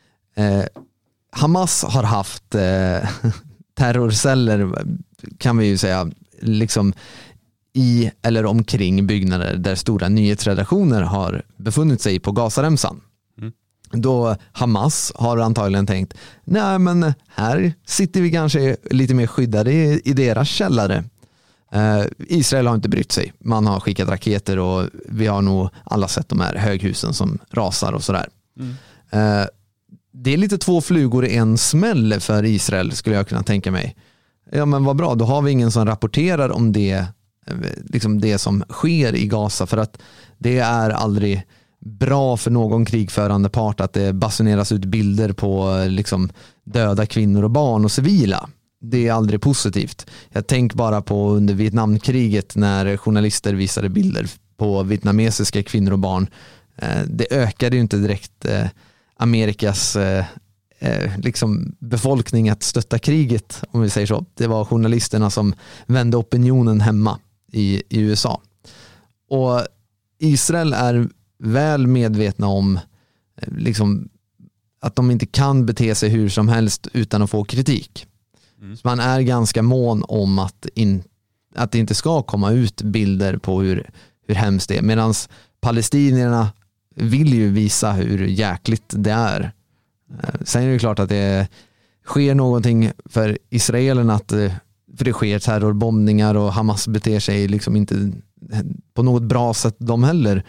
Hamas har haft terrorceller, kan vi ju säga, liksom i eller omkring byggnader där stora nyhetsredaktioner har befunnit sig på Gazaremsan. Då Hamas har antagligen tänkt, nej men här sitter vi kanske lite mer skyddade i deras källare. Israel har inte brytt sig. Man har skickat raketer och vi har nog alla sett de här höghusen som rasar och sådär. Det är lite två flugor i en smäll för Israel, skulle jag kunna tänka mig. Ja, men vad bra, då har vi ingen som rapporterar om det, liksom det som sker i Gaza, för att det är aldrig bra för någon krigförande part att det basuneras ut bilder på liksom döda kvinnor och barn och civila. Det är aldrig positivt. Jag tänker bara på under Vietnamkriget när journalister visade bilder på vietnamesiska kvinnor och barn. Det ökade ju inte direkt Amerikas liksom befolkning att stötta kriget, om vi säger så. Det var journalisterna som vände opinionen hemma i USA. Och Israel är väl medvetna om liksom, att de inte kan bete sig hur som helst utan att få kritik. Så man är ganska mån om att det inte ska komma ut bilder på hur hemskt det är. Medan palestinierna vill ju visa hur jäkligt det är. Sen är det klart att det sker någonting för israelerna, för det sker terrorbombningar och Hamas beter sig liksom inte på något bra sätt de heller.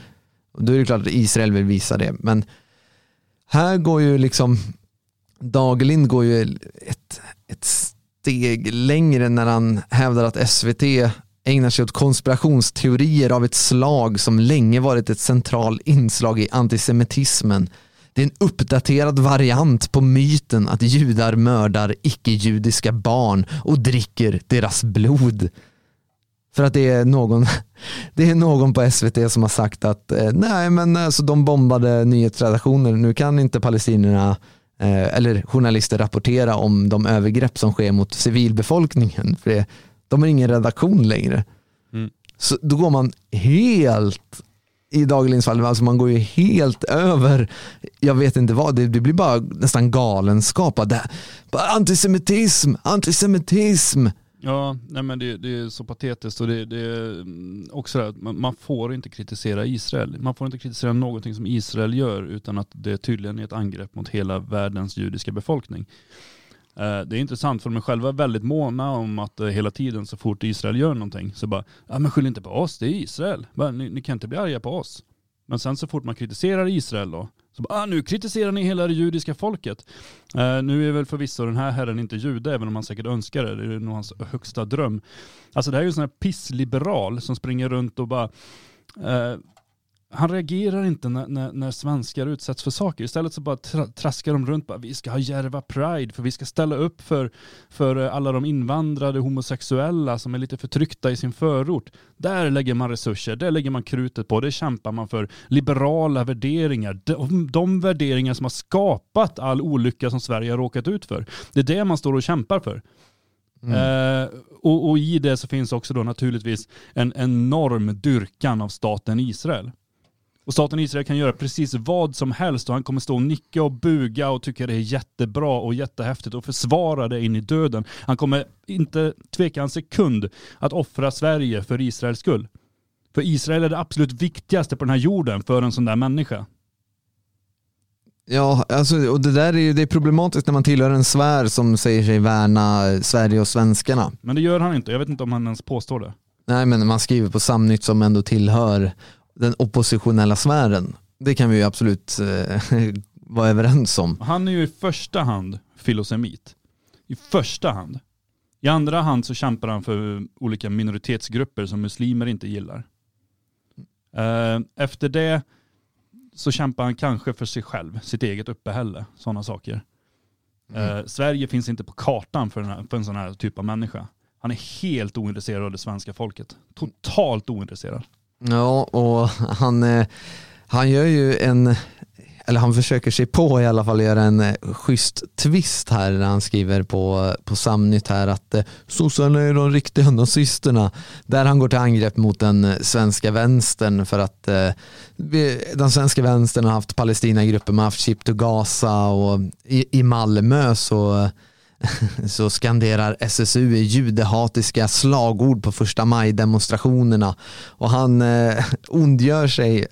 Då är det klart att Israel vill visa det. Men här går ju liksom Dagerlind går ju ett steg längre när han hävdar att SVT ägnar sig åt konspirationsteorier av ett slag som länge varit ett central inslag i antisemitismen. Det är en uppdaterad variant på myten att judar mördar icke-judiska barn och dricker deras blod. För att det är någon på SVT som har sagt att nej, men alltså, de bombade nyhetsredaktioner. Nu kan inte palestinierna eller journalister rapportera om de övergrepp som sker mot civilbefolkningen. För de har ingen redaktion längre. Så då går man helt i Dagerlinds fall, alltså man går ju helt över, jag vet inte vad, det blir bara nästan galenskap. Antisemitism. Ja, nej men det är så patetiskt och det är också det att man får inte kritisera Israel. Man får inte kritisera någonting som Israel gör utan att det tydligen är ett angrepp mot hela världens judiska befolkning. Det är intressant för de är själva väldigt måna om att hela tiden så fort Israel gör någonting så bara, ja men skyll inte på oss, det är Israel. Bara, ni kan inte bli arga på oss. Men sen så fort man kritiserar Israel då, så bara, nu kritiserar ni hela det judiska folket. Nu är väl förvisso den här herren inte jude, även om han säkert önskar det. Det är nog hans högsta dröm. Alltså det här är ju en sån här pissliberal som springer runt och bara... han reagerar inte när svenskar utsätts för saker. Istället så bara traskar de runt. Bara, vi ska ha Järva Pride för vi ska ställa upp för alla de invandrade homosexuella som är lite förtryckta i sin förort. Där lägger man resurser. Där lägger man krutet på. Det kämpar man för liberala värderingar. De värderingar som har skapat all olycka som Sverige har råkat ut för. Det är det man står och kämpar för. Och i det så finns också då naturligtvis en enorm dyrkan av staten Israel. Och staten Israel kan göra precis vad som helst och han kommer stå och nicka och buga och tycka det är jättebra och jättehäftigt och försvara det in i döden. Han kommer inte tveka en sekund att offra Sverige för Israels skull. För Israel är det absolut viktigaste på den här jorden för en sån där människa. Ja, alltså, och det där är problematiskt när man tillhör en sfär som säger sig värna Sverige och svenskarna. Men det gör han inte. Jag vet inte om han ens påstår det. Nej, men man skriver på Samnytt som ändå tillhör den oppositionella sfären. Det kan vi ju absolut vara överens om. Han är ju i första hand filosemit. I första hand. I andra hand så kämpar han för olika minoritetsgrupper som muslimer inte gillar. Efter det så kämpar han kanske för sig själv, sitt eget uppehälle, sådana saker. Sverige finns inte på kartan för en sån här typ av människa. Han är helt ointresserad av det svenska folket. Totalt ointresserad. Ja, och han gör ju han försöker sig på i alla fall göra en schysst twist här när han skriver på Samnytt här att sossarna är de riktiga nazisterna. Där han går till angrepp mot den svenska vänstern för att den svenska vänstern har haft Palestina-grupper, man har haft Ship to Gaza och i Malmö så skanderar SSU i judehatiska slagord på första maj-demonstrationerna och han ondgör sig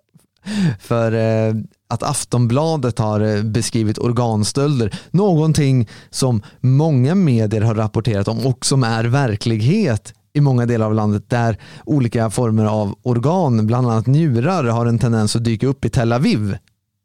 för att Aftonbladet har beskrivit organstölder, någonting som många medier har rapporterat om och som är verklighet i många delar av landet där olika former av organ, bland annat njurar, har en tendens att dyka upp i Tel Aviv.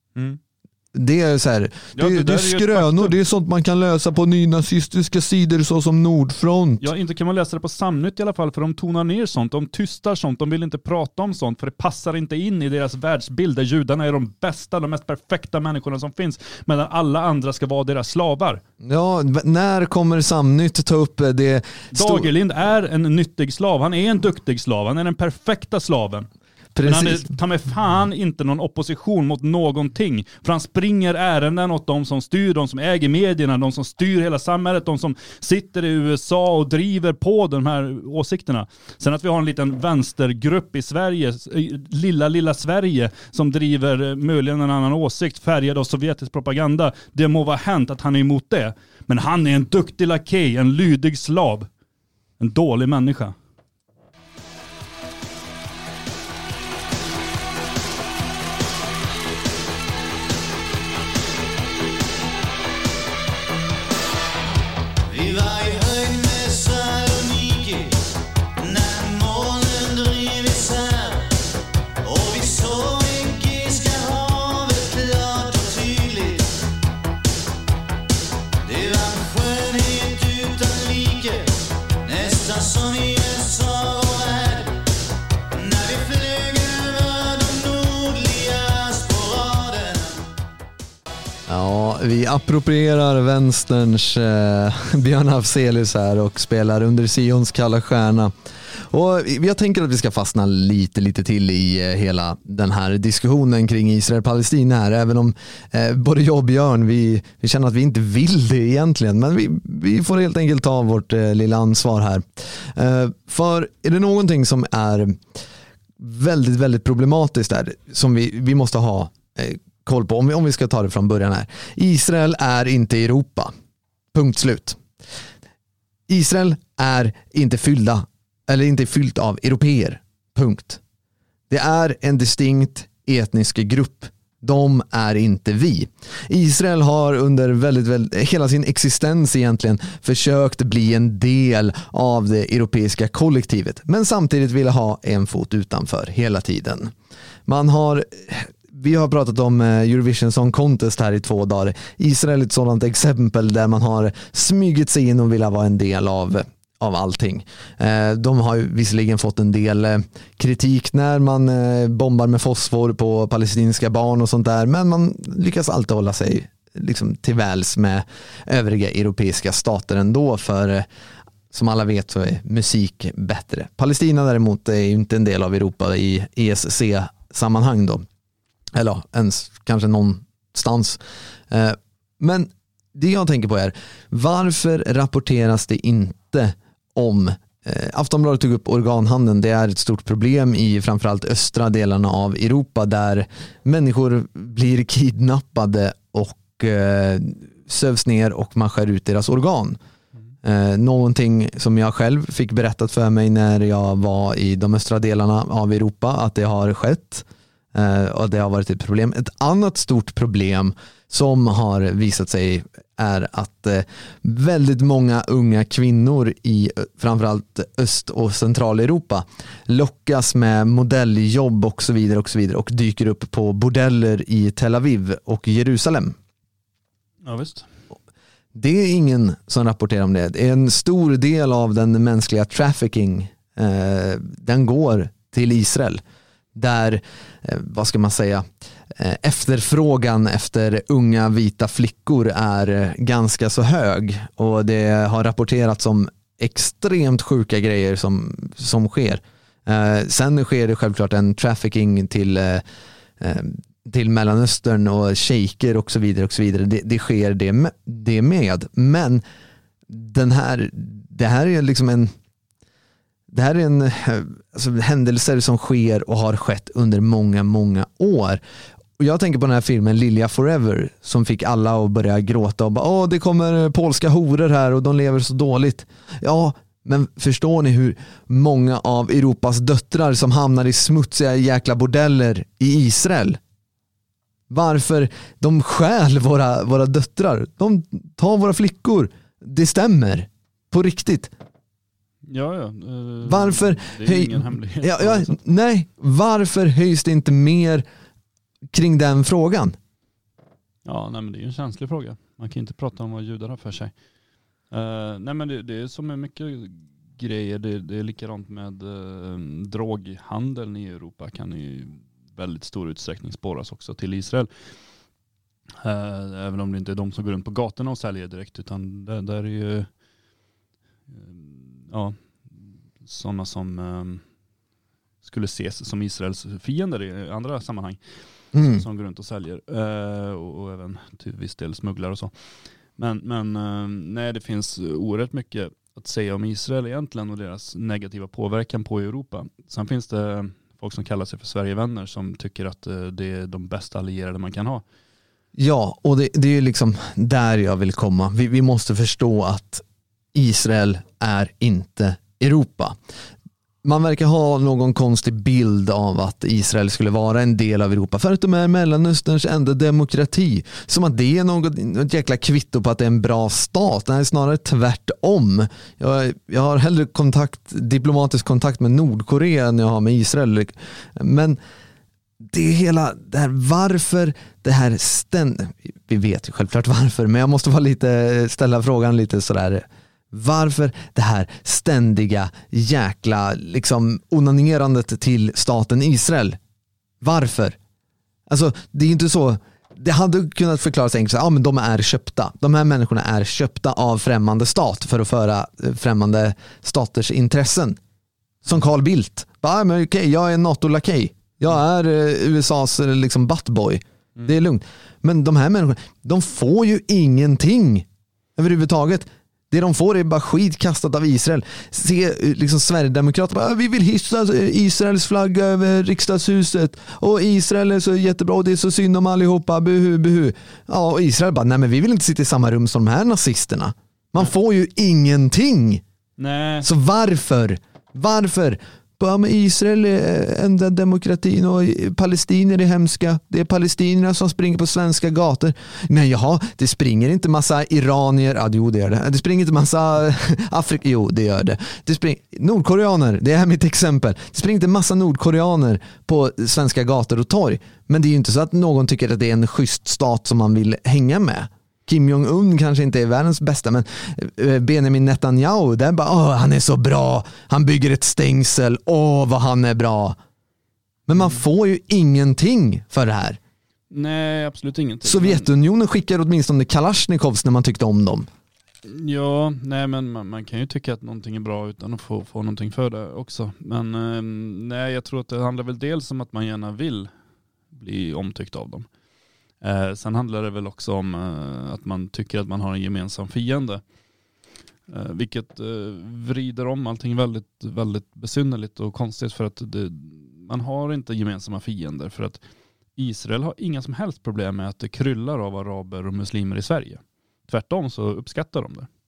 Det är så här, det är skrönor, det är sånt man kan läsa på nynazistiska sidor så som Nordfront. Ja, inte kan man läsa det på Samnytt i alla fall, för de tonar ner sånt, de tystar sånt, de vill inte prata om sånt för det passar inte in i deras världsbild där judarna är de bästa, de mest perfekta människorna som finns, medan alla andra ska vara deras slavar. Ja, när kommer Samnytt ta upp det? Dagerlind är en nyttig slav, han är en duktig slav, han är den perfekta slaven. Men han tar med fan inte någon opposition mot någonting. För han springer ärenden åt de som styr, de som äger medierna, de som styr hela samhället, de som sitter i USA och driver på de här åsikterna. Sen att vi har en liten vänstergrupp i Sverige, lilla Sverige, som driver möjligen en annan åsikt färgad av sovjetisk propaganda. Det må vara hänt att han är emot det. Men han är en duktig lakej, en lydig slav. En dålig människa. När månen driv isär och vi såg vi approprierar vänsterns Björn Afzelius här och spelar Under Sions kalla stjärna. Och jag tänker att vi ska fastna lite till i hela den här diskussionen kring Israel-Palestina här, även om både jag och Björn, vi känner att vi inte vill det egentligen, men vi får helt enkelt ta vårt lilla ansvar här. För är det någonting som är väldigt, väldigt problematiskt där, som vi måste ha koll på, om vi ska ta det från början här. Israel är inte Europa. Punkt slut. Israel är inte fyllt av europeer. Punkt. Det är en distinkt etnisk grupp. De är inte vi. Israel har under väldigt hela sin existens egentligen försökt bli en del av det europeiska kollektivet, men samtidigt vill ha en fot utanför hela tiden. Vi har pratat om Eurovision Song Contest här i 2 dagar. Israel är ett sådant exempel där man har smygit sig in och vill vara en del av allting. De har ju visserligen fått en del kritik när man bombar med fosfor på palestinska barn och sånt där, men man lyckas alltid hålla sig liksom till väls med övriga europeiska stater ändå, för som alla vet så är musik bättre. Palestina däremot är ju inte en del av Europa i ESC-sammanhang då. Eller ens kanske någonstans. Men det jag tänker på är, varför rapporteras det inte om Aftonbladet tog upp organhandeln. Det är ett stort problem i framförallt östra delarna av Europa, där människor blir kidnappade och sövs ner och man skär ut deras organ. Någonting som jag själv fick berättat för mig när jag var i de östra delarna av Europa, att det har skett. Och det har varit ett problem. Ett annat stort problem som har visat sig är att väldigt många unga kvinnor i framförallt Öst- och Centraleuropa lockas med modelljobb och så vidare och dyker upp på bordeller i Tel Aviv och Jerusalem. Ja, visst. Det är ingen som rapporterar om det. En stor del av den mänskliga trafficking den går till Israel, där vad ska man säga, efterfrågan efter unga vita flickor är ganska så hög, och det har rapporterats om extremt sjuka grejer som sker. Sen sker det självklart en trafficking till Mellanöstern och shejker och så vidare. Det sker det med. Men det här är liksom en alltså, händelser som sker och har skett under många år. Och jag tänker på den här filmen Lilja Forever, som fick alla att börja gråta och bara, det kommer polska horor här och de lever så dåligt. Ja, men förstår ni hur många av Europas döttrar som hamnar i smutsiga jäkla bordeller i Israel? Varför de stjäl våra döttrar? De tar våra flickor. Det stämmer. På riktigt. Ja. Varför det är ingen hemlighet. Nej, varför höjs det inte mer kring den frågan? Ja, nej, men det är ju en känslig fråga. Man kan inte prata om vad judar har för sig. Nej, men det är som med mycket grejer. Det är likadant med droghandeln i Europa, kan i väldigt stor utsträckning spåras också till Israel. Även om det inte är de som går runt på gatorna och säljer direkt, utan där är ju sådana som skulle ses som Israels fiender i andra sammanhang, som går runt och säljer, och även till viss del smugglar och så. Men nej, det finns oerhört mycket att säga om Israel egentligen och deras negativa påverkan på Europa. Sen finns det folk som kallar sig för Sverigevänner som tycker att det är de bästa allierade man kan ha. Ja, och det är ju liksom där jag vill komma. Vi måste förstå att Israel är inte Europa. Man verkar ha någon konstig bild av att Israel skulle vara en del av Europa för att de är Mellanösterns enda demokrati. Som att det är något jäkla kvitto på att det är en bra stat. Nej, snarare tvärtom. Jag har hellre diplomatisk kontakt med Nordkorea än jag har med Israel. Men det är hela det här, varför det här vi vet ju självklart varför, men jag måste ställa frågan lite sådär. Varför det här ständiga jäkla liksom onanerandet till staten Israel? Varför? Alltså, det är inte så. det hade kunnat förklaras enkelt. Ja, men de är köpta. De här människorna är köpta av främmande stat för att föra främmande staters intressen. Som Carl Bildt. Men okej, jag är NATO-lakej. Jag är USAs liksom buttboy. Det är lugnt. Men de här människorna, de får ju ingenting överhuvudtaget. Det de får är bara skit kastat av Israel. Se liksom Sverigedemokrater bara, vi vill hissa Israels flagga över riksdagshuset och Israel är så jättebra och det är så synd om allihopa, buhu, buhu. Ja, och Israel bara, nej men vi vill inte sitta i samma rum som de här nazisterna. Man får ju ingenting. Nej. Så varför? Bara med Israel är enda demokratin och palestinier är hemska. Det är palestinierna som springer på svenska gator. Men jaha, det springer inte massa iranier. Jo, det gör det. Det springer inte massa Afrika. Jo, det gör det. Nordkoreaner, det är mitt exempel. Det springer inte massa nordkoreaner på svenska gator och torg. Men det är ju inte så att någon tycker att det är en schysst stat som man vill hänga med. Kim Jong-Un kanske inte är världens bästa, men Benjamin Netanyahu, där bara, han är så bra, han bygger ett stängsel, vad han är bra. Men man får ju ingenting för det här. Nej, absolut ingenting. Sovjetunionen skickar åtminstone Kalashnikovs när man tyckte om dem. Ja, nej men man kan ju tycka att någonting är bra utan att få någonting för det också. Men nej, jag tror att det handlar väl dels om att man gärna vill bli omtyckt av dem. Sen handlar det väl också om att man tycker att man har en gemensam fiende. Vilket vrider om allting väldigt, väldigt besynnerligt och konstigt, för att man har inte gemensamma fiender, för att Israel har inga som helst problem med att det kryllar av araber och muslimer i Sverige. Tvärtom så uppskattar de det.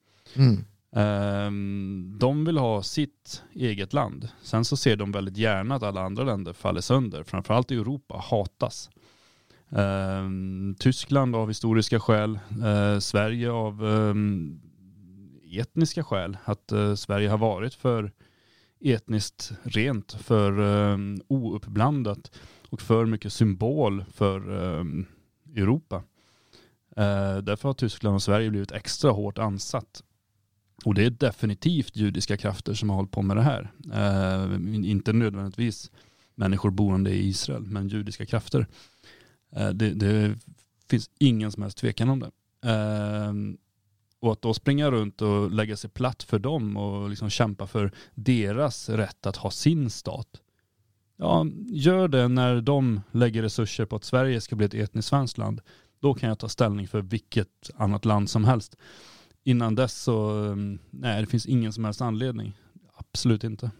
De vill ha sitt eget land. Sen så ser de väldigt gärna att alla andra länder faller sönder. Framförallt i Europa hatas. Tyskland av historiska skäl, Sverige av etniska skäl, att Sverige har varit för etniskt rent, för ouppblandat och för mycket symbol för Europa. Därför har Tyskland och Sverige blivit extra hårt ansatt. Och det är definitivt judiska krafter som har hållit på med det här. Inte nödvändigtvis människor boende i Israel, men judiska krafter. Det finns ingen som helst tvekan om det. Och att då springa runt och lägga sig platt för dem och liksom kämpa för deras rätt att ha sin stat. Ja, gör det när de lägger resurser på att Sverige ska bli ett etniskt svenskt land. Då kan jag ta ställning för vilket annat land som helst. Innan dess så, nej, det finns ingen som helst anledning. Absolut inte.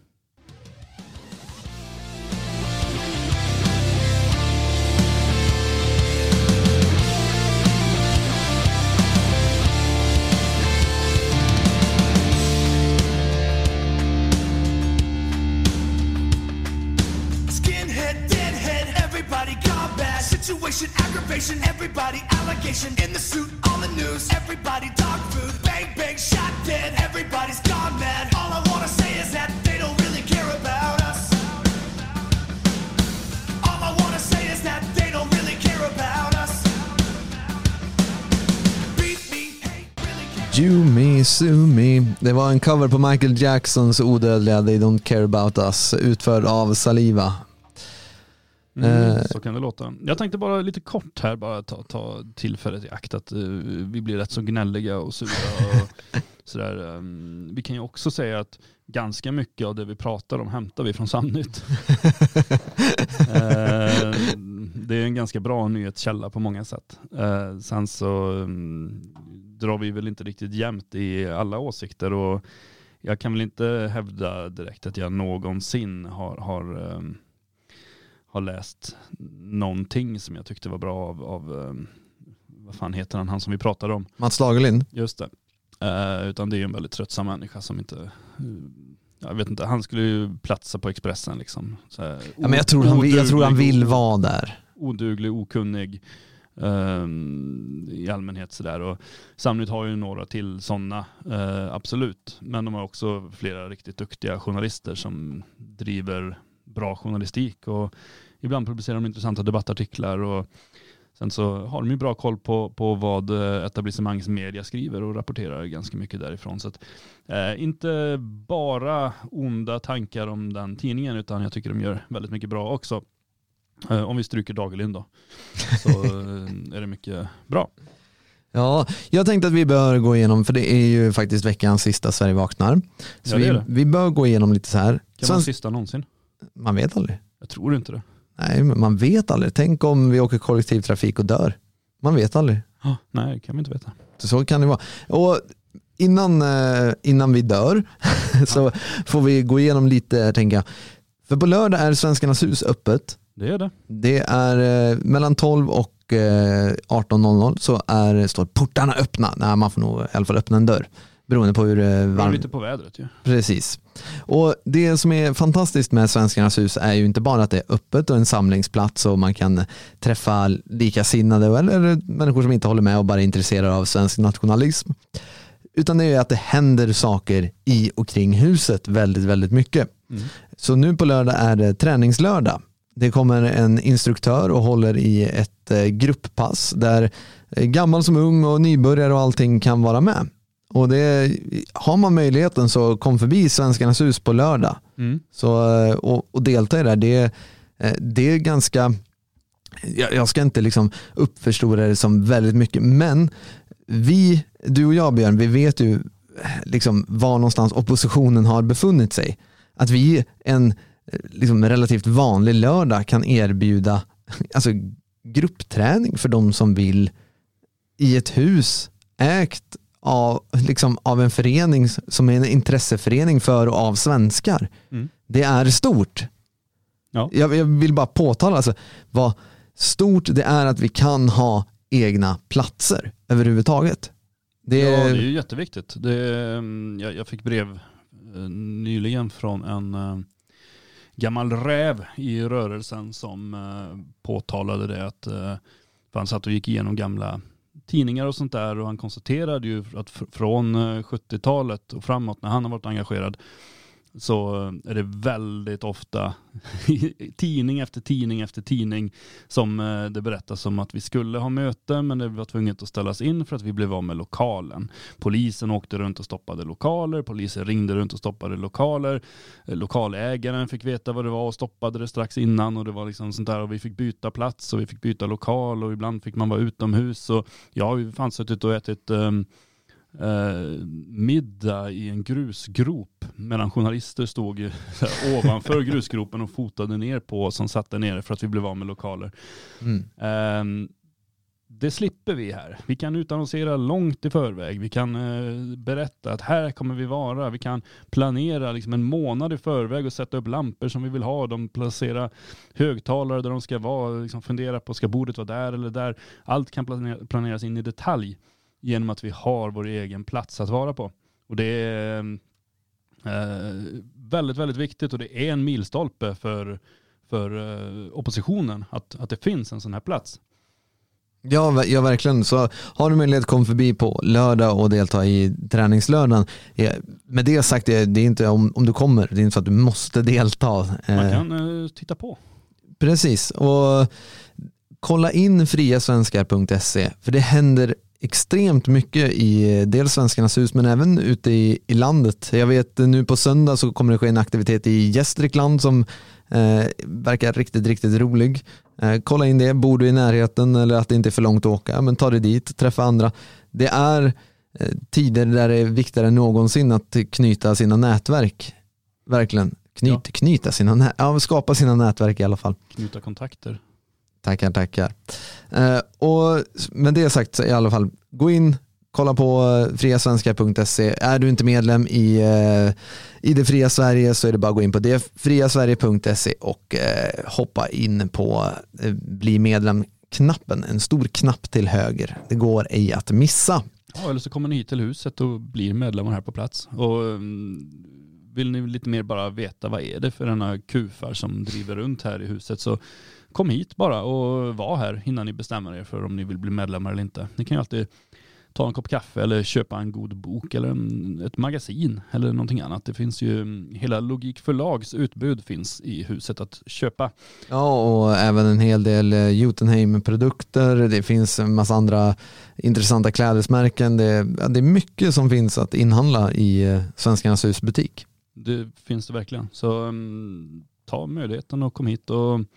Situation, aggravation, everybody allegation in the suit, on the news, everybody dog food, bang bang shot dead, everybody's gone mad. All I wanna say is that they don't really care about us. All I wanna say is that they don't really care about us. Beat me, hate, really care. You me, sue me. Det var en cover på Michael Jacksons odödliga They Don't Care About Us, utförd av Saliva. Så kan det låta. Jag tänkte bara lite kort här, bara ta tillfället i akt att vi blir rätt så gnälliga och sura och sådär. Vi kan ju också säga att ganska mycket av det vi pratar om hämtar vi från Samnytt. Det är en ganska bra nyhetskälla på många sätt. Sen så drar vi väl inte riktigt jämnt i alla åsikter, och jag kan väl inte hävda direkt att jag någonsin har läst någonting som jag tyckte var bra av vad fan heter han som vi pratade om? Mats Lagerlind. Just det. Utan det är en väldigt tröttsam människa som inte, jag vet inte, han skulle ju platsa på Expressen liksom. Så här, ja, men jag tror han vill vara där. Oduglig, okunnig i allmänhet sådär. Och Samnytt har ju några till sådana, absolut. Men de har också flera riktigt duktiga journalister som driver bra journalistik, och ibland publicerar de intressanta debattartiklar, och sen så har de ju bra koll på vad etablissemangsmedia skriver och rapporterar ganska mycket därifrån. Så att, inte bara onda tankar om den tidningen, utan jag tycker de gör väldigt mycket bra också. Om vi stryker Dagerlind då, så är det mycket bra. Ja, jag tänkte att vi bör gå igenom, för det är ju faktiskt veckans sista Sverige vaknar. Så vi bör gå igenom lite så här. Kan man sista någonsin? Man vet aldrig. Jag tror inte det. Nej, men man vet aldrig. Tänk om vi åker kollektivtrafik och dör. Man vet aldrig. Nej, kan vi inte veta. Så kan det vara. Och innan vi dör så får vi gå igenom lite, tänker jag. För på lördag är Svenskarnas hus öppet. Det är det. Det är mellan 12 och 18.00 så står portarna öppna. Nej, man får nog i alla fall öppna en dörr. Beroende på hur varmt. Lite på vädret ju. Precis. Och det som är fantastiskt med Svenskarnas hus är ju inte bara att det är öppet och en samlingsplats och man kan träffa likasinnade eller människor som inte håller med och bara är intresserade av svensk nationalism. Utan det är ju att det händer saker i och kring huset väldigt, väldigt mycket. Så nu på lördag är det träningslördag. Det kommer en instruktör och håller i ett grupppass där gammal som ung och nybörjare och allting kan vara med. Och har man möjligheten så kom förbi Svenskarnas hus på lördag. Så, och delta i det. Det är ganska, jag ska inte liksom uppförstora det som väldigt mycket, men du och jag, Björn, vi vet ju liksom var någonstans oppositionen har befunnit sig. Att vi en liksom relativt vanlig lördag kan erbjuda alltså gruppträning för de som vill i ett hus ägt av en förening som är en intresseförening för och av svenskar. Det är stort. Ja. Jag vill bara påtala alltså, vad stort det är att vi kan ha egna platser överhuvudtaget. Det är ju jätteviktigt. Jag fick brev nyligen från en gammal räv i rörelsen som påtalade det att han satt och gick igenom gamla tidningar och sånt där och han konstaterade ju att från 70-talet och framåt när han har varit engagerad så är det väldigt ofta tidning efter tidning efter tidning som det berättas om att vi skulle ha möte men det var tvunget att ställas in för att vi blev av med lokalen. Polisen åkte runt och stoppade lokaler, polisen ringde runt och stoppade lokaler, lokalägaren fick veta vad det var och stoppade det strax innan och det var liksom sånt där och vi fick byta plats och vi fick byta lokal och ibland fick man vara utomhus och vi fanns suttit och ätit middag i en grusgrop medan journalister stod ovanför grusgropen och fotade ner på oss som satt där nere för att vi blev av med lokaler. Det slipper vi här. Vi kan utannonsera långt i förväg. Vi kan berätta att här kommer vi vara. Vi kan planera liksom en månad i förväg och sätta upp lampor som vi vill ha. De placera högtalare där de ska vara. Liksom fundera på, ska bordet vara där eller där? Allt kan planeras in i detalj genom att vi har vår egen plats att vara på. Och det är väldigt, väldigt viktigt och det är en milstolpe för oppositionen att det finns en sån här plats. Ja, verkligen. Så har du möjlighet att komma förbi på lördag och delta i träningslördagen. Med det sagt, det är inte om du kommer, det är inte så att du måste delta. Man kan titta på. Precis, och kolla in friasvenskar.se för det händer extremt mycket i dels Svenskarnas hus men även ute i landet. Jag vet nu på söndag så kommer det ske en aktivitet i Gästrikland som verkar riktigt, riktigt rolig. Kolla in det, bor du i närheten eller att det inte är för långt att åka, men ta dig dit, träffa andra. Det är tider där det är viktigare än någonsin att knyta sina nätverk. Verkligen, knyta sina skapa sina nätverk i alla fall. Knyta kontakter. Tackar. Och med det sagt i alla fall, gå in, kolla på friasvenskar.se. Är du inte medlem i det fria Sverige så är det bara att gå in på friasverige.se och hoppa in på bli medlem-knappen. En stor knapp till höger. Det går ej att missa. Ja, eller så kommer ni hit till huset och blir medlemmar här på plats. Och vill ni lite mer bara veta vad är det för denna kufar som driver runt här i huset, så kom hit bara och var här innan ni bestämmer er för om ni vill bli medlemmar eller inte. Ni kan ju alltid ta en kopp kaffe eller köpa en god bok eller ett magasin eller någonting annat. Det finns ju hela Logik förlags utbud finns i huset att köpa. Ja, och även en hel del Jotunheim-produkter. Det finns en massa andra intressanta klädesmärken. Det är mycket som finns att inhandla i Svenskarnas husbutik. Det finns det verkligen. Så ta möjligheten och kom hit och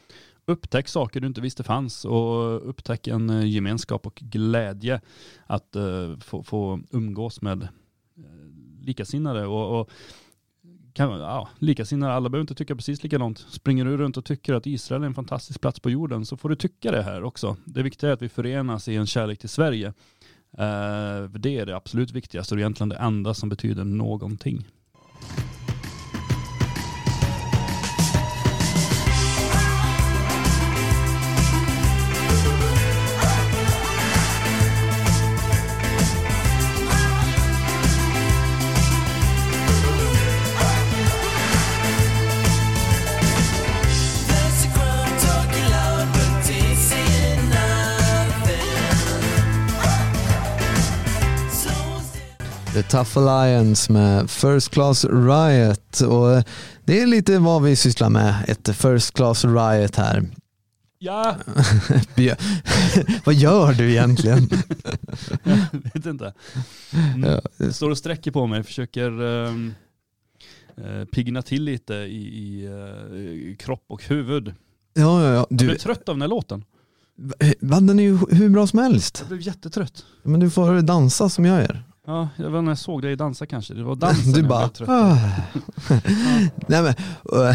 Upptäck saker du inte visste fanns och upptäck en gemenskap och glädje att få umgås med likasinnade och likasinnade. Alla behöver inte tycka precis likadant. Springer du runt och tycker att Israel är en fantastisk plats på jorden, så får du tycka det här också. Det viktiga är att vi förenas i en kärlek till Sverige. Det är det absolut viktigaste och egentligen det enda som betyder någonting. The Tough Alliance med First Class Riot, och det är lite vad vi sysslar med, ett First Class Riot här. Ja! Vad gör du egentligen? Jag vet inte. Jag står och sträcker på mig, försöker pigna till lite i kropp och huvud. Ja. Jag blev trött av den här låten. Den är ju hur bra som helst. Jag blev jättetrött. Men du får dansa som jag gör. Ja, jag vet när jag såg dig dansa kanske. Det var dansen du jag bara, blev trött. Nej men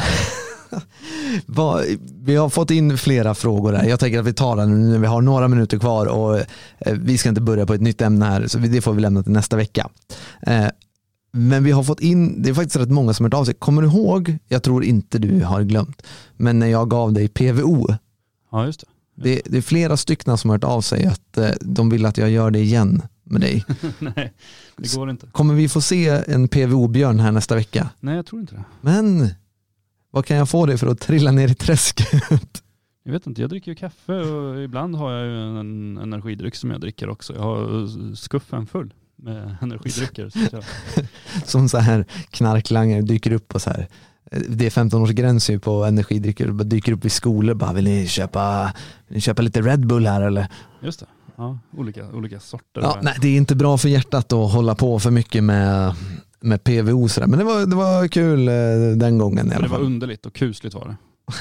vi har fått in flera frågor här. Jag tänker att vi tar den nu när vi har några minuter kvar, och vi ska inte börja på ett nytt ämne här, så det får vi lämna till nästa vecka. Men vi har fått in, det är faktiskt rätt många som har hört av sig. Kommer du ihåg, jag tror inte du har glömt, men när jag gav dig PVO. Ja, just det. Det är flera stycken som har hört av sig att de vill att jag gör det igen med dig. Nej, det går inte. Kommer vi få se en PVO-björn här nästa vecka? Nej, jag tror inte det. Men vad kan jag få dig för att trilla ner i träsket? Jag vet inte, jag dricker ju kaffe och ibland har jag ju en energidryck som jag dricker också. Jag har skuffen full med energidrycker. Som så här knarklangare dyker upp och så här. Det är 15-årsgräns ju på energidrycker. Dyker upp i skolor bara, vill ni köpa lite Red Bull här eller? Just det. Ja, olika sorter. Ja, nej, det är inte bra för hjärtat att hålla på för mycket med PVO sådär. Men det var kul den gången i alla fall. Det var underligt och kusligt var det.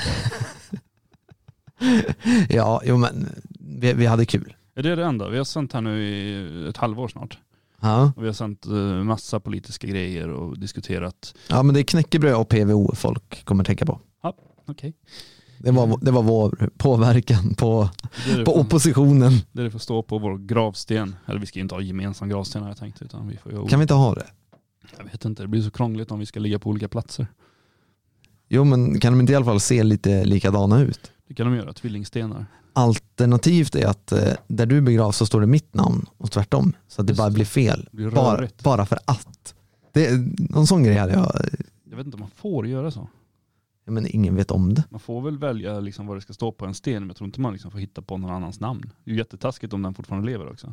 Ja, jo, men vi hade kul. Är det enda? Vi har sänt här nu i ett halvår snart. Ja. Och vi har sänt massa politiska grejer och diskuterat. Ja, men det är knäckebröd och PVO folk kommer tänka på. Ja, okej. Det var vår påverkan på oppositionen. Det får stå på vår gravsten. Eller vi ska inte ha gemensam gravsten här, jag tänkte. Utan vi får kan vi inte ha det? Jag vet inte, det blir så krångligt om vi ska ligga på olika platser. Jo, men kan de inte i alla fall se lite likadana ut? Det kan de göra, tvillingstenar. Alternativt är att där du begravs så står det mitt namn och tvärtom. Så att det bara blir fel. Det blir bara för att. Det är någon sån grej hade jag vet inte om man får göra så. Ja, men ingen vet om det. Man får väl välja liksom vad det ska stå på en sten, men jag tror inte man liksom får hitta på någon annans namn. Det är ju jättetaskigt om den fortfarande lever också.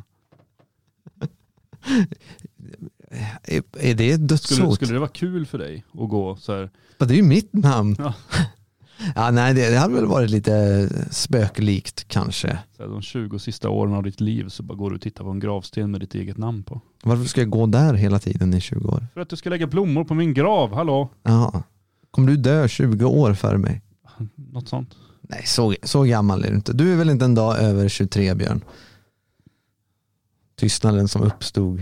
Är det ett dödshot? Skulle det vara kul för dig att gå så här? Det är ju mitt namn. Ja. Ja, nej, det hade väl varit lite spöklikt kanske. Så här, de 20 sista åren av ditt liv så bara går du och tittar på en gravsten med ditt eget namn på. Varför ska jag gå där hela tiden i 20 år? För att du ska lägga blommor på min grav, hallå? Ja. Kommer du dö 20 år för mig? Något sånt. Nej, så gammal är du inte. Du är väl inte en dag över 23, Björn? Tystnaden som uppstod.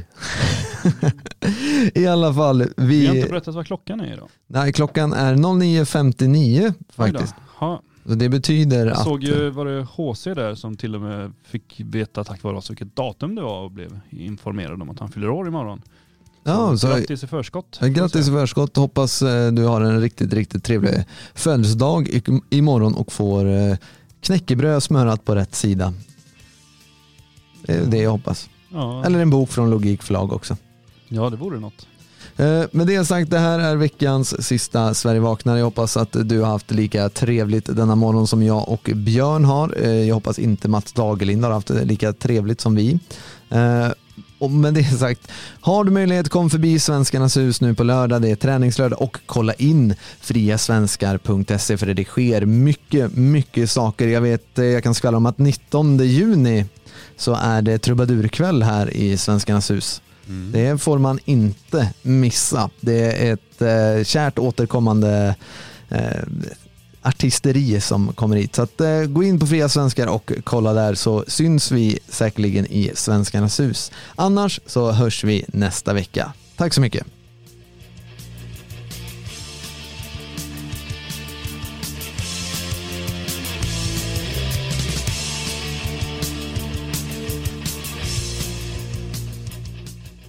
I alla fall. Vi har inte berättat vad klockan är idag. Nej, klockan är 09.59 faktiskt. Så det betyder jag såg ju, var det HC där som till och med fick veta tack vare oss vilket datum det var och blev informerad om att han fyller år imorgon. Så grattis i förskott. Grattis i förskott. Hoppas du har en riktigt, riktigt trevlig födelsedag imorgon och får knäckebröd smörat på rätt sida. Det är det jag hoppas. Ja. Eller en bok från Logikförlag också. Ja, det vore något. Med det sagt, det här är veckans sista Sverige vaknar. Jag hoppas att du har haft lika trevligt denna morgon som jag och Björn har. Jag hoppas inte Mats Dagerlind har haft lika trevligt som vi. Och med det sagt, har du möjlighet, kom förbi Svenskarnas hus nu på lördag. Det är träningslördag och kolla in friasvenskar.se för det sker mycket, mycket saker. Jag kan skvallra om att 19 juni så är det trubadurkväll här i Svenskarnas hus. Det får man inte missa. Det är ett kärt återkommande artisteri som kommer hit. Så att, gå in på Fria Svenskar och kolla där, så syns vi säkerligen i Svenskarnas hus. Annars så hörs vi nästa vecka. Tack så mycket.